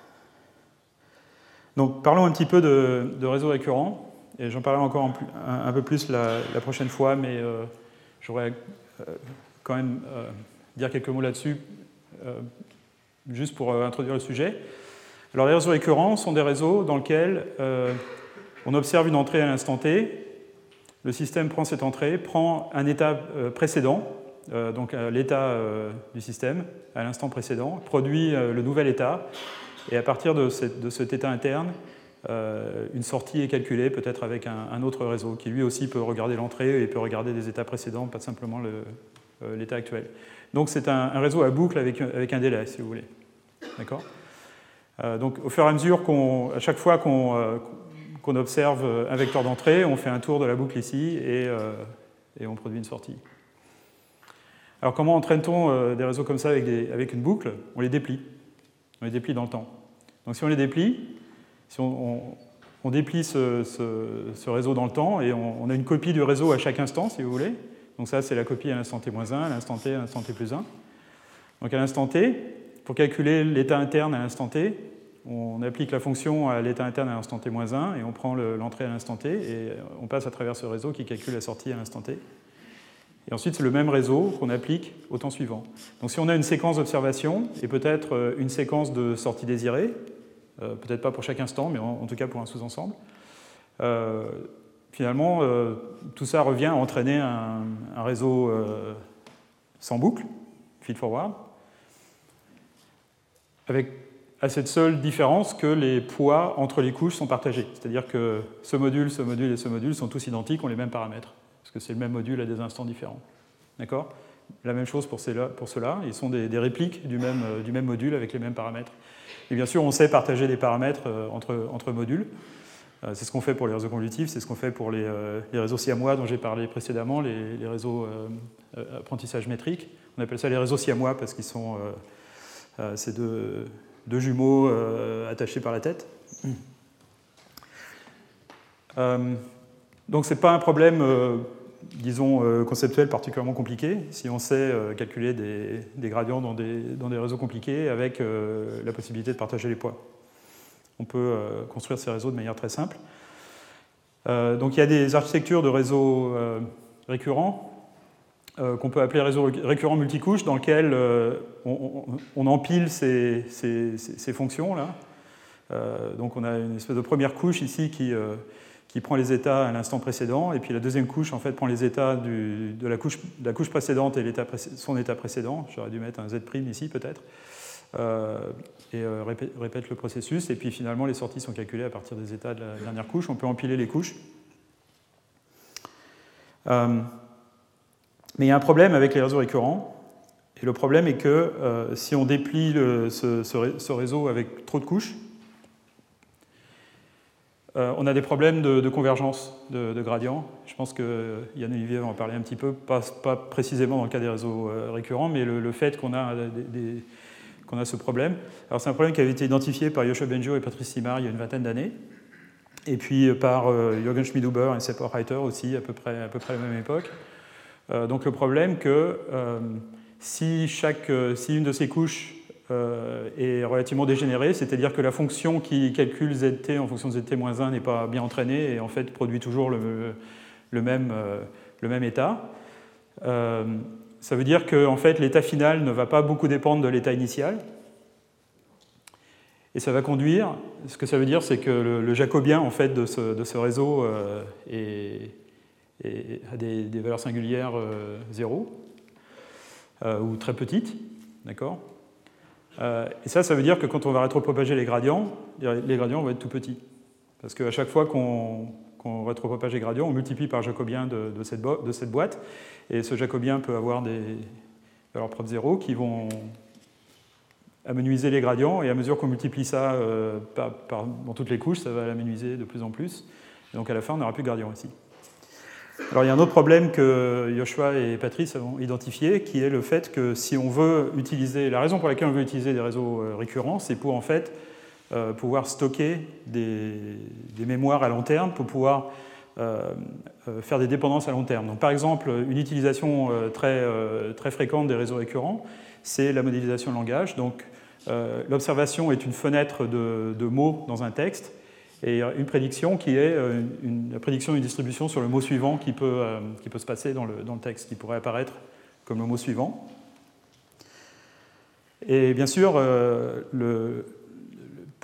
B: Donc, parlons un petit peu de, de réseaux récurrents, et j'en parlerai encore un, un, un peu plus la, la prochaine fois, mais euh, j'aurais euh, quand même euh, dire quelques mots là-dessus, euh, juste pour euh, introduire le sujet. Alors, les réseaux récurrents sont des réseaux dans lesquels euh, on observe une entrée à l'instant T, le système prend cette entrée, prend un état euh, précédent, euh, donc euh, l'état euh, du système à l'instant précédent, produit euh, le nouvel état, et à partir de, cette, de cet état interne, euh, une sortie est calculée, peut-être avec un, un autre réseau, qui lui aussi peut regarder l'entrée et peut regarder des états précédents, pas simplement le, euh, l'état actuel. Donc c'est un, un réseau à boucle avec, avec un délai, si vous voulez. D'accord ? euh, Donc au fur et à mesure, qu'on, à chaque fois qu'on, euh, qu'on observe un vecteur d'entrée, on fait un tour de la boucle ici et, euh, et on produit une sortie. Alors comment entraîne-t-on euh, des réseaux comme ça avec, des, avec une boucle ? On les déplie. On les déplie dans le temps. Donc si on les déplie, si on, on, on déplie ce, ce, ce réseau dans le temps et on, on a une copie du réseau à chaque instant, si vous voulez. Donc ça, c'est la copie à l'instant t moins un, à l'instant t, à l'instant t plus un. Donc à l'instant t, pour calculer l'état interne à l'instant t, on applique la fonction à l'état interne à l'instant t moins un et on prend le, l'entrée à l'instant t et on passe à travers ce réseau qui calcule la sortie à l'instant t. Et ensuite, c'est le même réseau qu'on applique au temps suivant. Donc si on a une séquence d'observation et peut-être une séquence de sortie désirée, euh, peut-être pas pour chaque instant, mais en, en tout cas pour un sous-ensemble, euh, finalement, euh, tout ça revient à entraîner un, un réseau euh, sans boucle, feed-forward, avec à cette seule différence que les poids entre les couches sont partagés. C'est-à-dire que ce module, ce module et ce module sont tous identiques, ont les mêmes paramètres, parce que c'est le même module à des instants différents. D'accord ? La même chose pour ceux-là, pour ceux-là. Ils sont des, des répliques du même, euh, du même module avec les mêmes paramètres. Et bien sûr, on sait partager des paramètres euh, entre, entre modules. Euh, c'est ce qu'on fait pour les réseaux convolutifs, c'est ce qu'on fait pour les, euh, les réseaux siamois dont j'ai parlé précédemment, les, les réseaux euh, apprentissage métrique. On appelle ça les réseaux siamois parce qu'ils sont euh, euh, ces deux, deux jumeaux euh, attachés par la tête. Euh, donc, ce n'est pas un problème, euh, disons, euh, conceptuel particulièrement compliqué, si on sait euh, calculer des, des gradients dans des, dans des réseaux compliqués avec euh, la possibilité de partager les poids. On peut euh, construire ces réseaux de manière très simple. Euh, donc, il y a des architectures de réseaux euh, récurrents euh, qu'on peut appeler réseaux récurrents multicouches, dans lesquels euh, on, on, on empile ces, ces, ces fonctions-là. Euh, donc, on a une espèce de première couche ici qui... Euh, qui prend les états à l'instant précédent, et puis la deuxième couche en fait, prend les états du, de, la couche, de la couche précédente et l'état, son état précédent. J'aurais dû mettre un Z' ici peut-être, euh, et euh, répète, répète le processus, et puis finalement les sorties sont calculées à partir des états de la dernière couche. On peut empiler les couches. Euh, mais il y a un problème avec les réseaux récurrents, et le problème est que euh, si on déplie le, ce, ce, ce réseau avec trop de couches, Euh, on a des problèmes de, de convergence de, de gradients. Je pense que Yann Olivier va en parler un petit peu, pas, pas précisément dans le cas des réseaux euh, récurrents, mais le, le fait qu'on a, des, des, qu'on a ce problème. Alors c'est un problème qui avait été identifié par Yoshua Bengio et Patrice Simard il y a une vingtaine d'années, et puis par euh, Jürgen Schmidhuber et Sepp Reiter aussi, à peu près, à peu près à la même époque. Euh, donc le problème que euh, si, chaque, si une de ces couches Euh, est relativement dégénérée, c'est-à-dire que la fonction qui calcule Z T en fonction de Z T moins un n'est pas bien entraînée et en fait produit toujours le, le, même, euh, le même état. Euh, ça veut dire que en fait, l'état final ne va pas beaucoup dépendre de l'état initial. Et ça va conduire, ce que ça veut dire, c'est que le, le jacobien en fait, de, ce, de ce réseau euh, est, est, a des, des valeurs singulières euh, zéro euh, ou très petites. D'accord ? Euh, et ça, ça veut dire que quand on va rétropropager les gradients, les gradients vont être tout petits. Parce qu'à chaque fois qu'on, qu'on rétropropage les gradients, on multiplie par jacobien de, de, cette bo- de cette boîte. Et ce jacobien peut avoir des valeurs propres zéro qui vont amenuiser les gradients. Et à mesure qu'on multiplie ça euh, par, par, dans toutes les couches, ça va l'amenuiser de plus en plus. Et donc à la fin, on n'aura plus de gradient ici. Alors il y a un autre problème que Yoshua et Patrice ont identifié, qui est le fait que si on veut utiliser, la raison pour laquelle on veut utiliser des réseaux récurrents, c'est pour en fait euh, pouvoir stocker des, des mémoires à long terme, pour pouvoir euh, faire des dépendances à long terme. Donc par exemple, une utilisation euh, très, euh, très fréquente des réseaux récurrents, c'est la modélisation de langage. Donc euh, l'observation est une fenêtre de, de mots dans un texte, et une prédiction qui est une, la prédiction d'une distribution sur le mot suivant qui peut, euh, qui peut se passer dans le, dans le texte, qui pourrait apparaître comme le mot suivant. Et bien sûr, euh, le,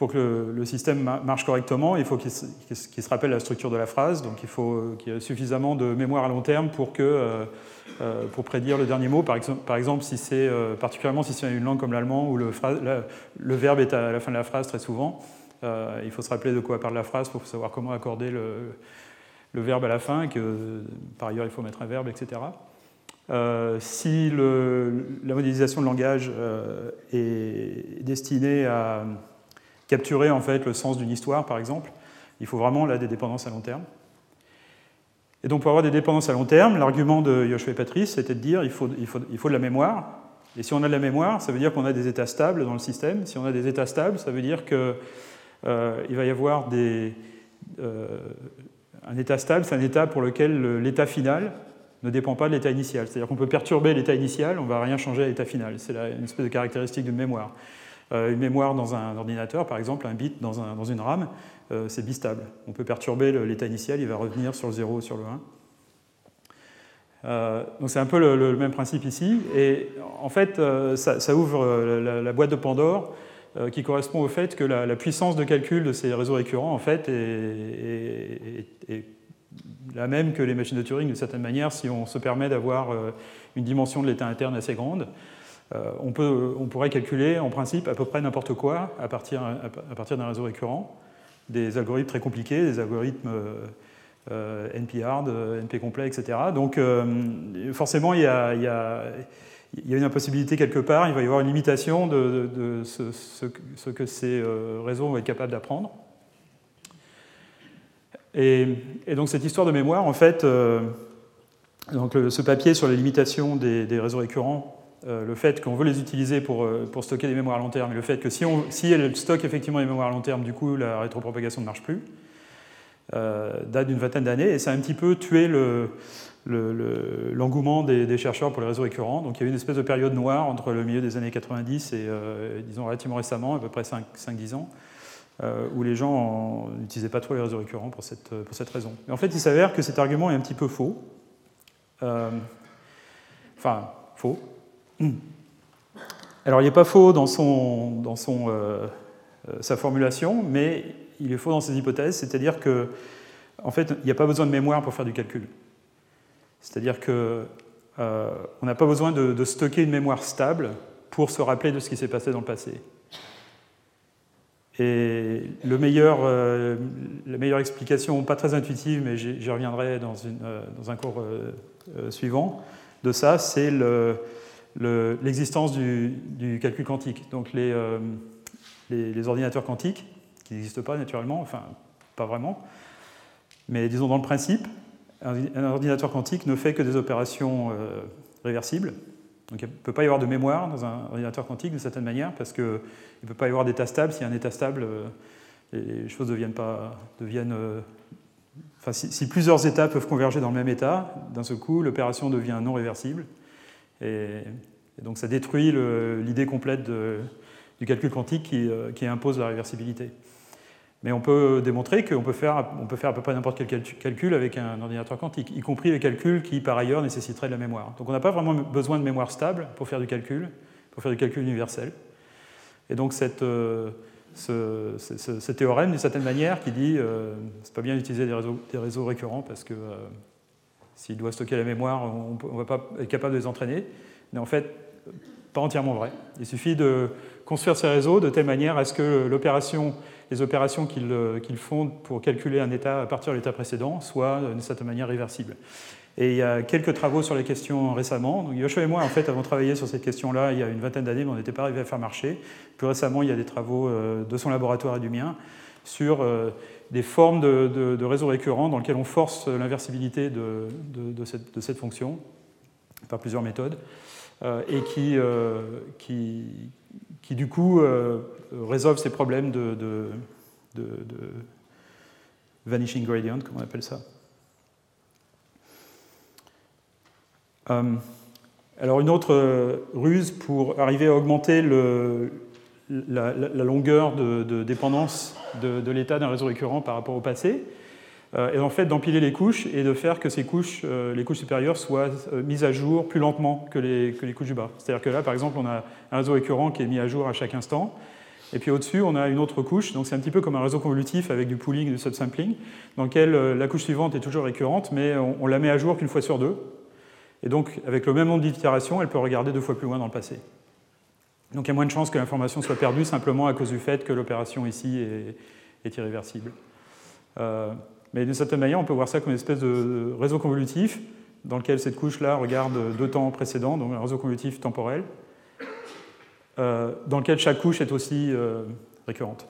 B: pour que le, le système marche correctement, il faut qu'il se, qu'il se rappelle la structure de la phrase, donc il faut qu'il y ait suffisamment de mémoire à long terme pour, que, euh, euh, pour prédire le dernier mot. Par exemple, par exemple si c'est, euh, particulièrement si c'est une langue comme l'allemand où le, phrase, la, le verbe est à la fin de la phrase très souvent, euh, il faut se rappeler de quoi parle la phrase pour savoir comment accorder le, le verbe à la fin, que par ailleurs il faut mettre un verbe, et cetera. Euh, si le, la modélisation de langage euh, est destinée à capturer en fait le sens d'une histoire, par exemple, il faut vraiment là des dépendances à long terme. Et donc pour avoir des dépendances à long terme, l'argument de Yoshua et Patrice, c'était de dire il faut, il faut, il faut de la mémoire. Et si on a de la mémoire, ça veut dire qu'on a des états stables dans le système. Si on a des états stables, ça veut dire qu'il euh, va y avoir des... Euh, un état stable, c'est un état pour lequel l'état final ne dépend pas de l'état initial. C'est-à-dire qu'on peut perturber l'état initial, on ne va rien changer à l'état final. C'est une espèce de caractéristique d'une mémoire. Euh, une mémoire dans un ordinateur, par exemple, un bit dans, un, dans une RAM, euh, c'est bistable. On peut perturber l'état initial, il va revenir sur le zéro ou sur le un. Euh, donc c'est un peu le, le même principe ici. Et en fait, euh, ça, ça ouvre la, la boîte de Pandore euh, qui correspond au fait que la, la puissance de calcul de ces réseaux récurrents, en fait, est, est, est, est la même que les machines de Turing, d'une certaine manière, si on se permet d'avoir une dimension de l'état interne assez grande. On, peut, on pourrait calculer, en principe, à peu près n'importe quoi à partir, à partir d'un réseau récurrent, des algorithmes très compliqués, des algorithmes euh, N P hard, N P complet, et cetera. Donc, euh, forcément, il y, a, il, y a, il y a une impossibilité quelque part, il va y avoir une limitation de, de, de ce, ce, ce que ces réseaux vont être capables d'apprendre. Et, et donc cette histoire de mémoire, en fait, euh, donc le, ce papier sur les limitations des, des réseaux récurrents, euh, le fait qu'on veut les utiliser pour, pour stocker des mémoires à long terme, et le fait que si, on, si elles stockent effectivement des mémoires à long terme, du coup la rétropropagation ne marche plus, euh, date d'une vingtaine d'années, et ça a un petit peu tué le, le, le, l'engouement des, des chercheurs pour les réseaux récurrents. Donc il y a eu une espèce de période noire entre le milieu des années quatre-vingt-dix et, euh, disons, relativement récemment, à peu près cinq à dix ans, Euh, où les gens n'utilisaient pas trop les réseaux récurrents pour cette, pour cette raison. Mais en fait, il s'avère que cet argument est un petit peu faux. Euh, enfin, faux. Alors, il n'est pas faux dans, son, dans son, euh, sa formulation, mais il est faux dans ses hypothèses, c'est-à-dire que, en fait, il n'y a pas besoin de mémoire pour faire du calcul. C'est-à-dire qu'on euh, n'a pas besoin de, de stocker une mémoire stable pour se rappeler de ce qui s'est passé dans le passé. Et le meilleur, euh, la meilleure explication, pas très intuitive, mais j'y reviendrai dans, une, euh, dans un cours euh, euh, suivant, de ça, c'est le, le, l'existence du, du calcul quantique. Donc les, euh, les, les ordinateurs quantiques, qui n'existent pas naturellement, enfin, pas vraiment, mais disons dans le principe, un, un ordinateur quantique ne fait que des opérations euh, réversibles. Donc il ne peut pas y avoir de mémoire dans un ordinateur quantique d'une certaine manière, parce qu'il ne peut pas y avoir d'état stable. S'il y a un état stable, les choses deviennent pas, deviennent, enfin, si, si plusieurs états peuvent converger dans le même état, d'un seul coup, l'opération devient non réversible. Et, et donc ça détruit le, l'idée complète de, du calcul quantique qui, qui impose la réversibilité. Mais on peut démontrer qu'on peut faire, on peut faire à peu près n'importe quel calcul avec un ordinateur quantique, y compris les calculs qui, par ailleurs, nécessiteraient de la mémoire. Donc on n'a pas vraiment besoin de mémoire stable pour faire du calcul, pour faire du calcul universel. Et donc cette, euh, ce, ce, ce théorème, d'une certaine manière, qui dit euh, c'est pas bien d'utiliser des réseaux, des réseaux récurrents parce que euh, s'il doit stocker la mémoire, on ne va pas être capable de les entraîner. Mais en fait, pas entièrement vrai. Il suffit de construire ces réseaux de telle manière à ce que l'opération, les opérations qu'ils qu'ils font pour calculer un état à partir de l'état précédent soient d'une certaine manière réversibles. Et il y a quelques travaux sur les questions récemment. Donc Yoshua et moi, en fait, avons travaillé sur cette question-là il y a une vingtaine d'années, mais on n'était pas arrivé à faire marcher. Plus récemment, il y a des travaux de son laboratoire et du mien sur des formes de, de, de réseaux récurrents dans lesquels on force l'inversibilité de, de, de, cette, de cette fonction par plusieurs méthodes. Euh, et qui, euh, qui, qui, du coup, euh, résolvent ces problèmes de, de, de, de vanishing gradient, comme on appelle ça. Euh, alors, une autre ruse pour arriver à augmenter le, la, la, la longueur de, de dépendance de, de l'état d'un réseau récurrent par rapport au passé, et en fait d'empiler les couches et de faire que ces couches, euh, les couches supérieures soient euh, mises à jour plus lentement que les, que les couches du bas. C'est-à-dire que là, par exemple, on a un réseau récurrent qui est mis à jour à chaque instant, Et puis au-dessus, on a une autre couche. Donc c'est un petit peu comme un réseau convolutif avec du pooling et du subsampling, dans lequel la couche suivante est toujours récurrente, mais on, on la met à jour qu'une fois sur deux. Et donc, avec le même nombre d'itérations, elle peut regarder deux fois plus loin dans le passé. Donc il y a moins de chances que l'information soit perdue simplement à cause du fait que l'opération ici est, est irréversible. Euh, mais d'une certaine manière, on peut voir ça comme une espèce de réseau convolutif dans lequel cette couche-là regarde deux temps précédents, donc un réseau convolutif temporel, euh, dans lequel chaque couche est aussi euh, récurrente.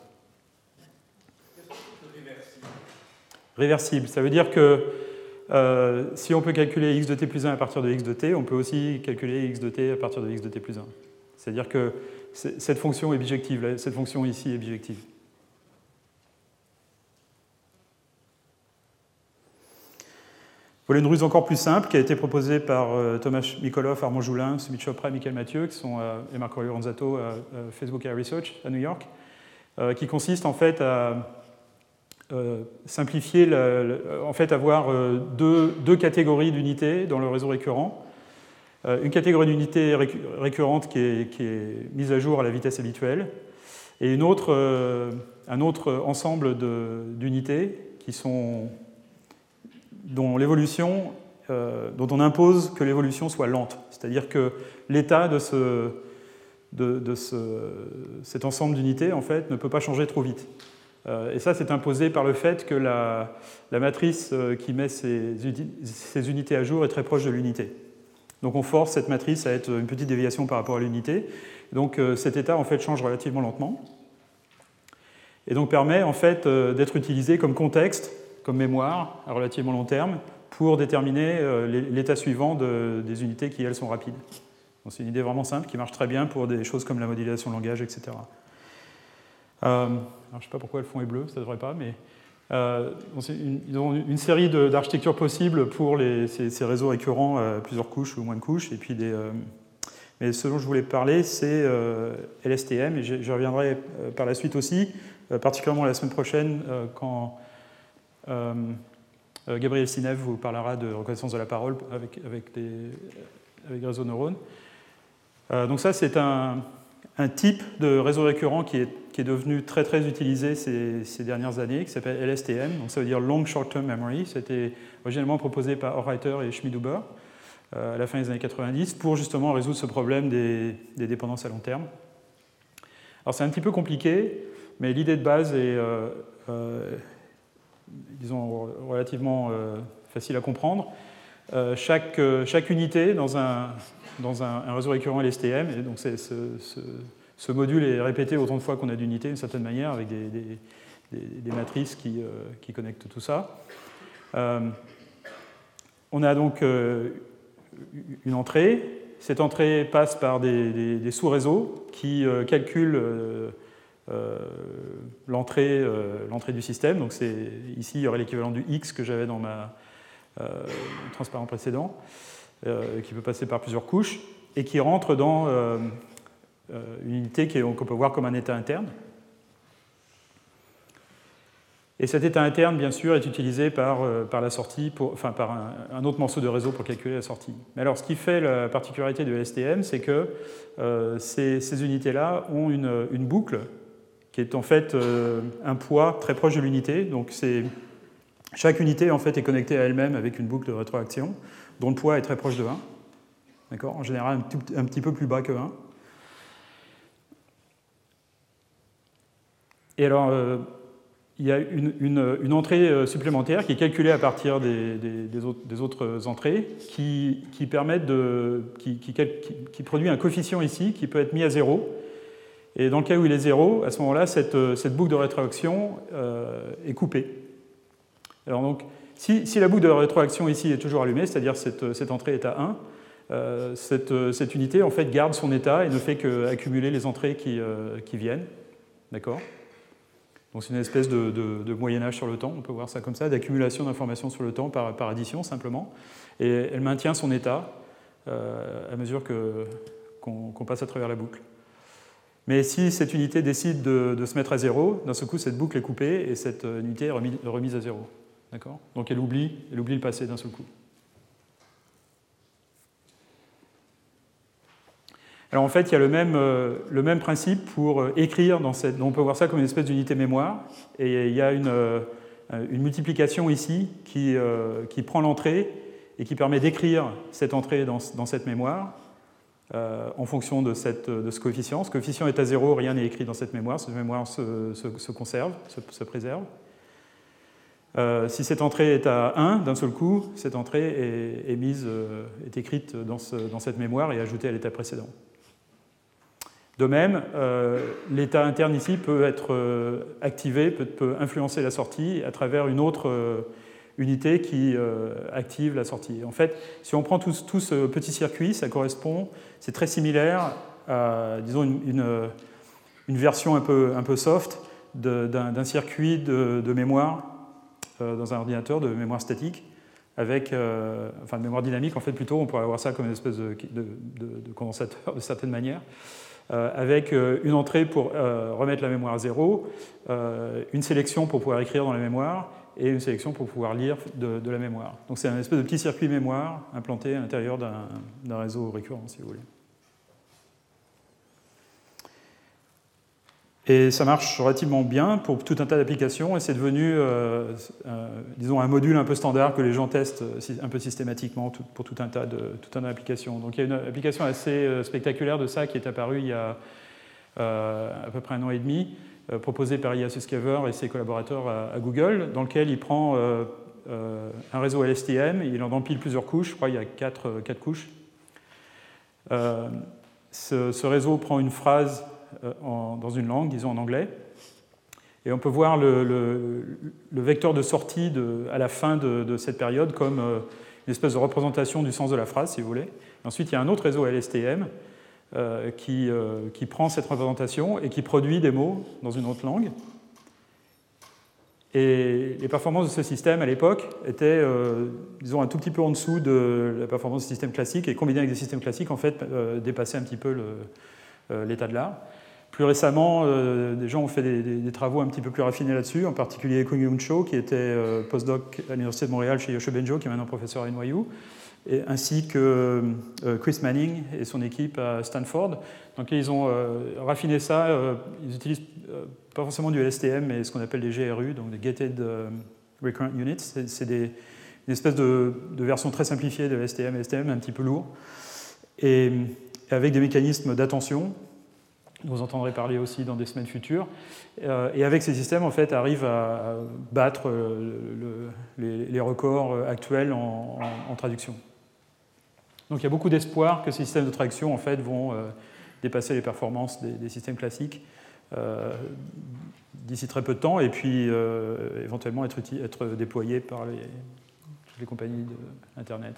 B: Réversible. Réversible, ça veut dire que euh, si on peut calculer x de t plus un à partir de x de t, on peut aussi calculer x de t à partir de x de t plus un. C'est-à-dire que cette fonction est bijective, cette fonction ici est bijective. Voilà une ruse encore plus simple qui a été proposée par Thomas Mikolov, Armand Joulin, Sumit Chopra et Michael Mathieu, qui sont à, et Marco Lorenzato à, à Facebook A I Research à New York, euh, qui consiste en fait à euh, simplifier, la, la, en fait avoir euh, deux, deux catégories d'unités dans le réseau récurrent. Euh, une catégorie d'unités récurrente qui est, qui est mise à jour à la vitesse habituelle, et une autre, euh, un autre ensemble d'unités qui sont dont l'évolution, euh, dont on impose que l'évolution soit lente. C'est-à-dire que l'état de, ce, de, de ce, cet ensemble d'unités, en fait, ne peut pas changer trop vite. Euh, et ça, c'est imposé par le fait que la, la matrice qui met ces, ces unités à jour est très proche de l'unité. Donc on force cette matrice à être une petite déviation par rapport à l'unité. Donc euh, cet état, en fait, change relativement lentement. Et donc permet, en fait, euh, d'être utilisé comme contexte, comme mémoire à relativement long terme pour déterminer l'état suivant de, des unités qui, elles, sont rapides. C'est une idée vraiment simple qui marche très bien pour des choses comme la modélisation de langage, et cetera. Euh, alors, je ne sais pas pourquoi le fond est bleu, ça ne devrait pas, mais euh, une, ils ont une série d'architectures possibles pour les, ces, ces réseaux récurrents à plusieurs couches ou moins de couches. Et puis des, euh, mais ce dont je voulais parler, c'est euh, L S T M, et j'y reviendrai par la suite aussi, euh, particulièrement la semaine prochaine, euh, quand Euh, euh, Gabriel Sinev vous parlera de reconnaissance de la parole avec, avec, des, avec des réseaux de neurones. Euh, donc ça, c'est un, un type de réseau récurrent qui est, qui est devenu très très utilisé ces, ces dernières années, qui s'appelle L S T M, donc ça veut dire Long Short Term Memory. C'était originellement proposé par Horreiter et Schmidhuber euh, à la fin des années quatre-vingt-dix pour justement résoudre ce problème des, des dépendances à long terme. Alors c'est un petit peu compliqué, mais l'idée de base est euh, euh, disons, relativement euh, facile à comprendre. Euh, chaque, euh, chaque unité dans, un, dans un, un réseau récurrent L S T M, et donc ce, ce, ce module est répété autant de fois qu'on a d'unités d'une certaine manière, avec des, des, des, des matrices qui, euh, qui connectent tout ça. Euh, on a donc euh, une entrée. Cette entrée passe par des, des, des sous-réseaux qui euh, calculent euh, Euh, l'entrée euh, l'entrée du système. Donc ici, il y aurait l'équivalent du X que j'avais dans ma euh, transparent précédent, euh, qui peut passer par plusieurs couches, et qui rentre dans euh, une unité qu'on peut voir comme un état interne. Et cet état interne, bien sûr, est utilisé par, euh, par la sortie, pour, enfin par un, un autre morceau de réseau pour calculer la sortie. Mais alors, ce qui fait la particularité de L S T M, c'est que euh, ces, ces unités-là ont une, une boucle qui est en fait euh, un poids très proche de l'unité. Donc chaque unité en fait, est connectée à elle-même avec une boucle de rétroaction dont le poids est très proche de un. D'accord ? En général, un, tout, un petit peu plus bas que un. Et alors, euh, il y a une, une, une entrée supplémentaire qui est calculée à partir des, des, des, autres, des autres entrées qui, qui permettent de, qui, qui, qui, qui produit un coefficient ici qui peut être mis à zéro. Et dans le cas où il est zéro, à ce moment-là, cette, cette boucle de rétroaction euh, est coupée. Alors donc, si, si la boucle de rétroaction ici est toujours allumée, c'est-à-dire cette, cette entrée est à un, euh, cette, cette unité en fait garde son état et ne fait qu'accumuler les entrées qui, euh, qui viennent. D'accord ? Donc c'est une espèce de, de, de Moyen-Âge sur le temps, on peut voir ça comme ça, d'accumulation d'informations sur le temps par, par addition simplement. Et elle maintient son état euh, à mesure que, qu'on, qu'on passe à travers la boucle. Mais si cette unité décide de, de se mettre à zéro, d'un seul coup, cette boucle est coupée et cette unité est remise, remise à zéro. D'accord ? Donc elle oublie, elle oublie le passé d'un seul coup. Alors en fait, il y a le même, euh, le même principe pour euh, écrire dans cette... On peut voir ça comme une espèce d'unité mémoire. Et il y a une, euh, une multiplication ici qui, euh, qui prend l'entrée et qui permet d'écrire cette entrée dans, dans cette mémoire euh, en fonction de, cette, de ce coefficient. Ce coefficient est à zéro, rien n'est écrit dans cette mémoire. Cette mémoire se, se, se conserve, se, se préserve. Euh, si cette entrée est à un, d'un seul coup, cette entrée est, est, mise, euh, est écrite dans, ce, dans cette mémoire et ajoutée à l'état précédent. De même, euh, l'état interne ici peut être euh, activé, peut, peut influencer la sortie à travers une autre euh, unité qui euh, active la sortie. En fait, si on prend tout, tout ce petit circuit, ça correspond, c'est très similaire à, disons, une, une, une version un peu, un peu soft d'un, d'un circuit de, de mémoire euh, dans un ordinateur, de mémoire statique, avec, euh, enfin de mémoire dynamique en fait plutôt, on pourrait avoir ça comme une espèce de, de, de, de condensateur de certaine manière. Euh, avec euh, une entrée pour euh, remettre la mémoire à zéro, euh, une sélection pour pouvoir écrire dans la mémoire et une sélection pour pouvoir lire de, de la mémoire. Donc c'est un espèce de petit circuit mémoire implanté à l'intérieur d'un, d'un réseau récurrent, si vous voulez. Et ça marche relativement bien pour tout un tas d'applications, et c'est devenu, euh, euh, disons, un module un peu standard que les gens testent un peu systématiquement pour tout un tas de, tout un tas d'applications. Donc il y a une application assez spectaculaire de ça qui est apparue il y a euh, à peu près un an et demi, euh, proposée par Ilya Sutskever et ses collaborateurs à, à Google, dans lequel il prend euh, euh, un réseau L S T M, il en empile plusieurs couches, je crois qu'il y a quatre, quatre couches. Euh, ce, ce réseau prend une phrase En, dans une langue, disons en anglais. Et on peut voir le, le, le vecteur de sortie de, à la fin de, de cette période comme euh, une espèce de représentation du sens de la phrase, si vous voulez. Et ensuite, il y a un autre réseau L S T M euh, qui, euh, qui prend cette représentation et qui produit des mots dans une autre langue. Et les performances de ce système, à l'époque, étaient, euh, disons, un tout petit peu en dessous de la performance du système classique, et combiné avec des systèmes classiques, en fait, euh, dépassaient un petit peu le, euh, l'état de l'art. Plus récemment, euh, des gens ont fait des, des, des travaux un petit peu plus raffinés là-dessus, en particulier Kung-Young Cho, qui était euh, postdoc à l'Université de Montréal chez Yoshio Benjo, qui est maintenant professeur à N Y U, et, ainsi que euh, Chris Manning et son équipe à Stanford. Donc ils ont euh, raffiné ça, euh, ils utilisent euh, pas forcément du L S T M, mais ce qu'on appelle des G R U, donc des Gated euh, Recurrent Units. C'est, c'est des, une espèce de, de version très simplifiée de L S T M, L S T M un petit peu lourd, et, et avec des mécanismes d'attention. Vous entendrez parler aussi dans des semaines futures. Et avec ces systèmes, en fait, arrivent à battre le, le, les, les records actuels en, en, en traduction. Donc il y a beaucoup d'espoir que ces systèmes de traduction, en fait, vont euh, dépasser les performances des, des systèmes classiques euh, d'ici très peu de temps, et puis euh, éventuellement être, être déployés par les, toutes les compagnies d'Internet.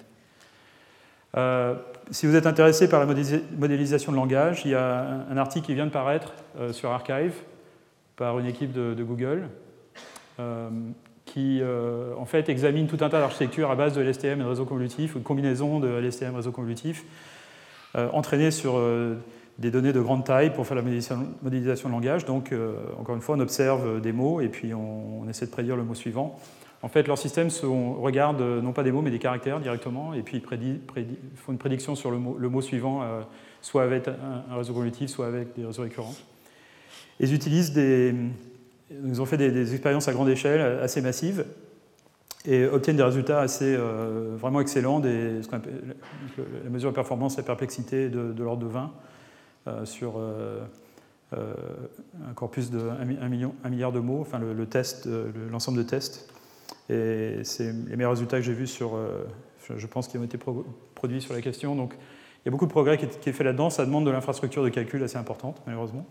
B: Euh, si vous êtes intéressé par la modélisation de langage, il y a un, un article qui vient de paraître euh, sur Archive par une équipe de, de Google euh, qui euh, en fait examine tout un tas d'architectures à base de L S T M et de réseaux convolutifs ou de combinaisons de L S T M et réseaux convolutifs euh, entraînés sur euh, des données de grande taille pour faire la modélisation, modélisation de langage. Donc euh, encore une fois, on observe des mots et puis on, on essaie de prédire le mot suivant. En fait, leur système sont, regarde non pas des mots, mais des caractères directement, et puis ils prédit, prédit, font une prédiction sur le mot, le mot suivant, euh, soit avec un, un réseau convolutif, soit avec des réseaux récurrents. Ils utilisent des... Ils ont fait des, des expériences à grande échelle, assez massives, et obtiennent des résultats assez, euh, vraiment excellents, des, ce qu'on appelle, la mesure de performance, la perplexité de, de l'ordre de vingt, euh, sur euh, euh, un corpus de un, million, un milliard de mots, enfin le, le test, l'ensemble de tests. Et c'est les meilleurs résultats que j'ai vus sur, euh, je pense, qui ont été pro produits sur la question. Donc, il y a beaucoup de progrès qui est, qui est fait là-dedans. Ça demande de l'infrastructure de calcul assez importante, malheureusement.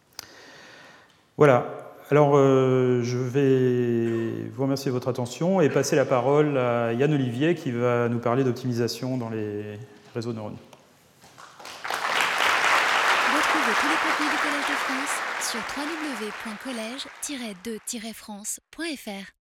B: Voilà. Alors, euh, je vais vous remercier de votre attention et passer la parole à Yann Olivier qui va nous parler d'optimisation dans les réseaux de neurones.
A: Retrouvez tous les contenus du Collège de France sur w w w point collège tiret de tiret france point f r.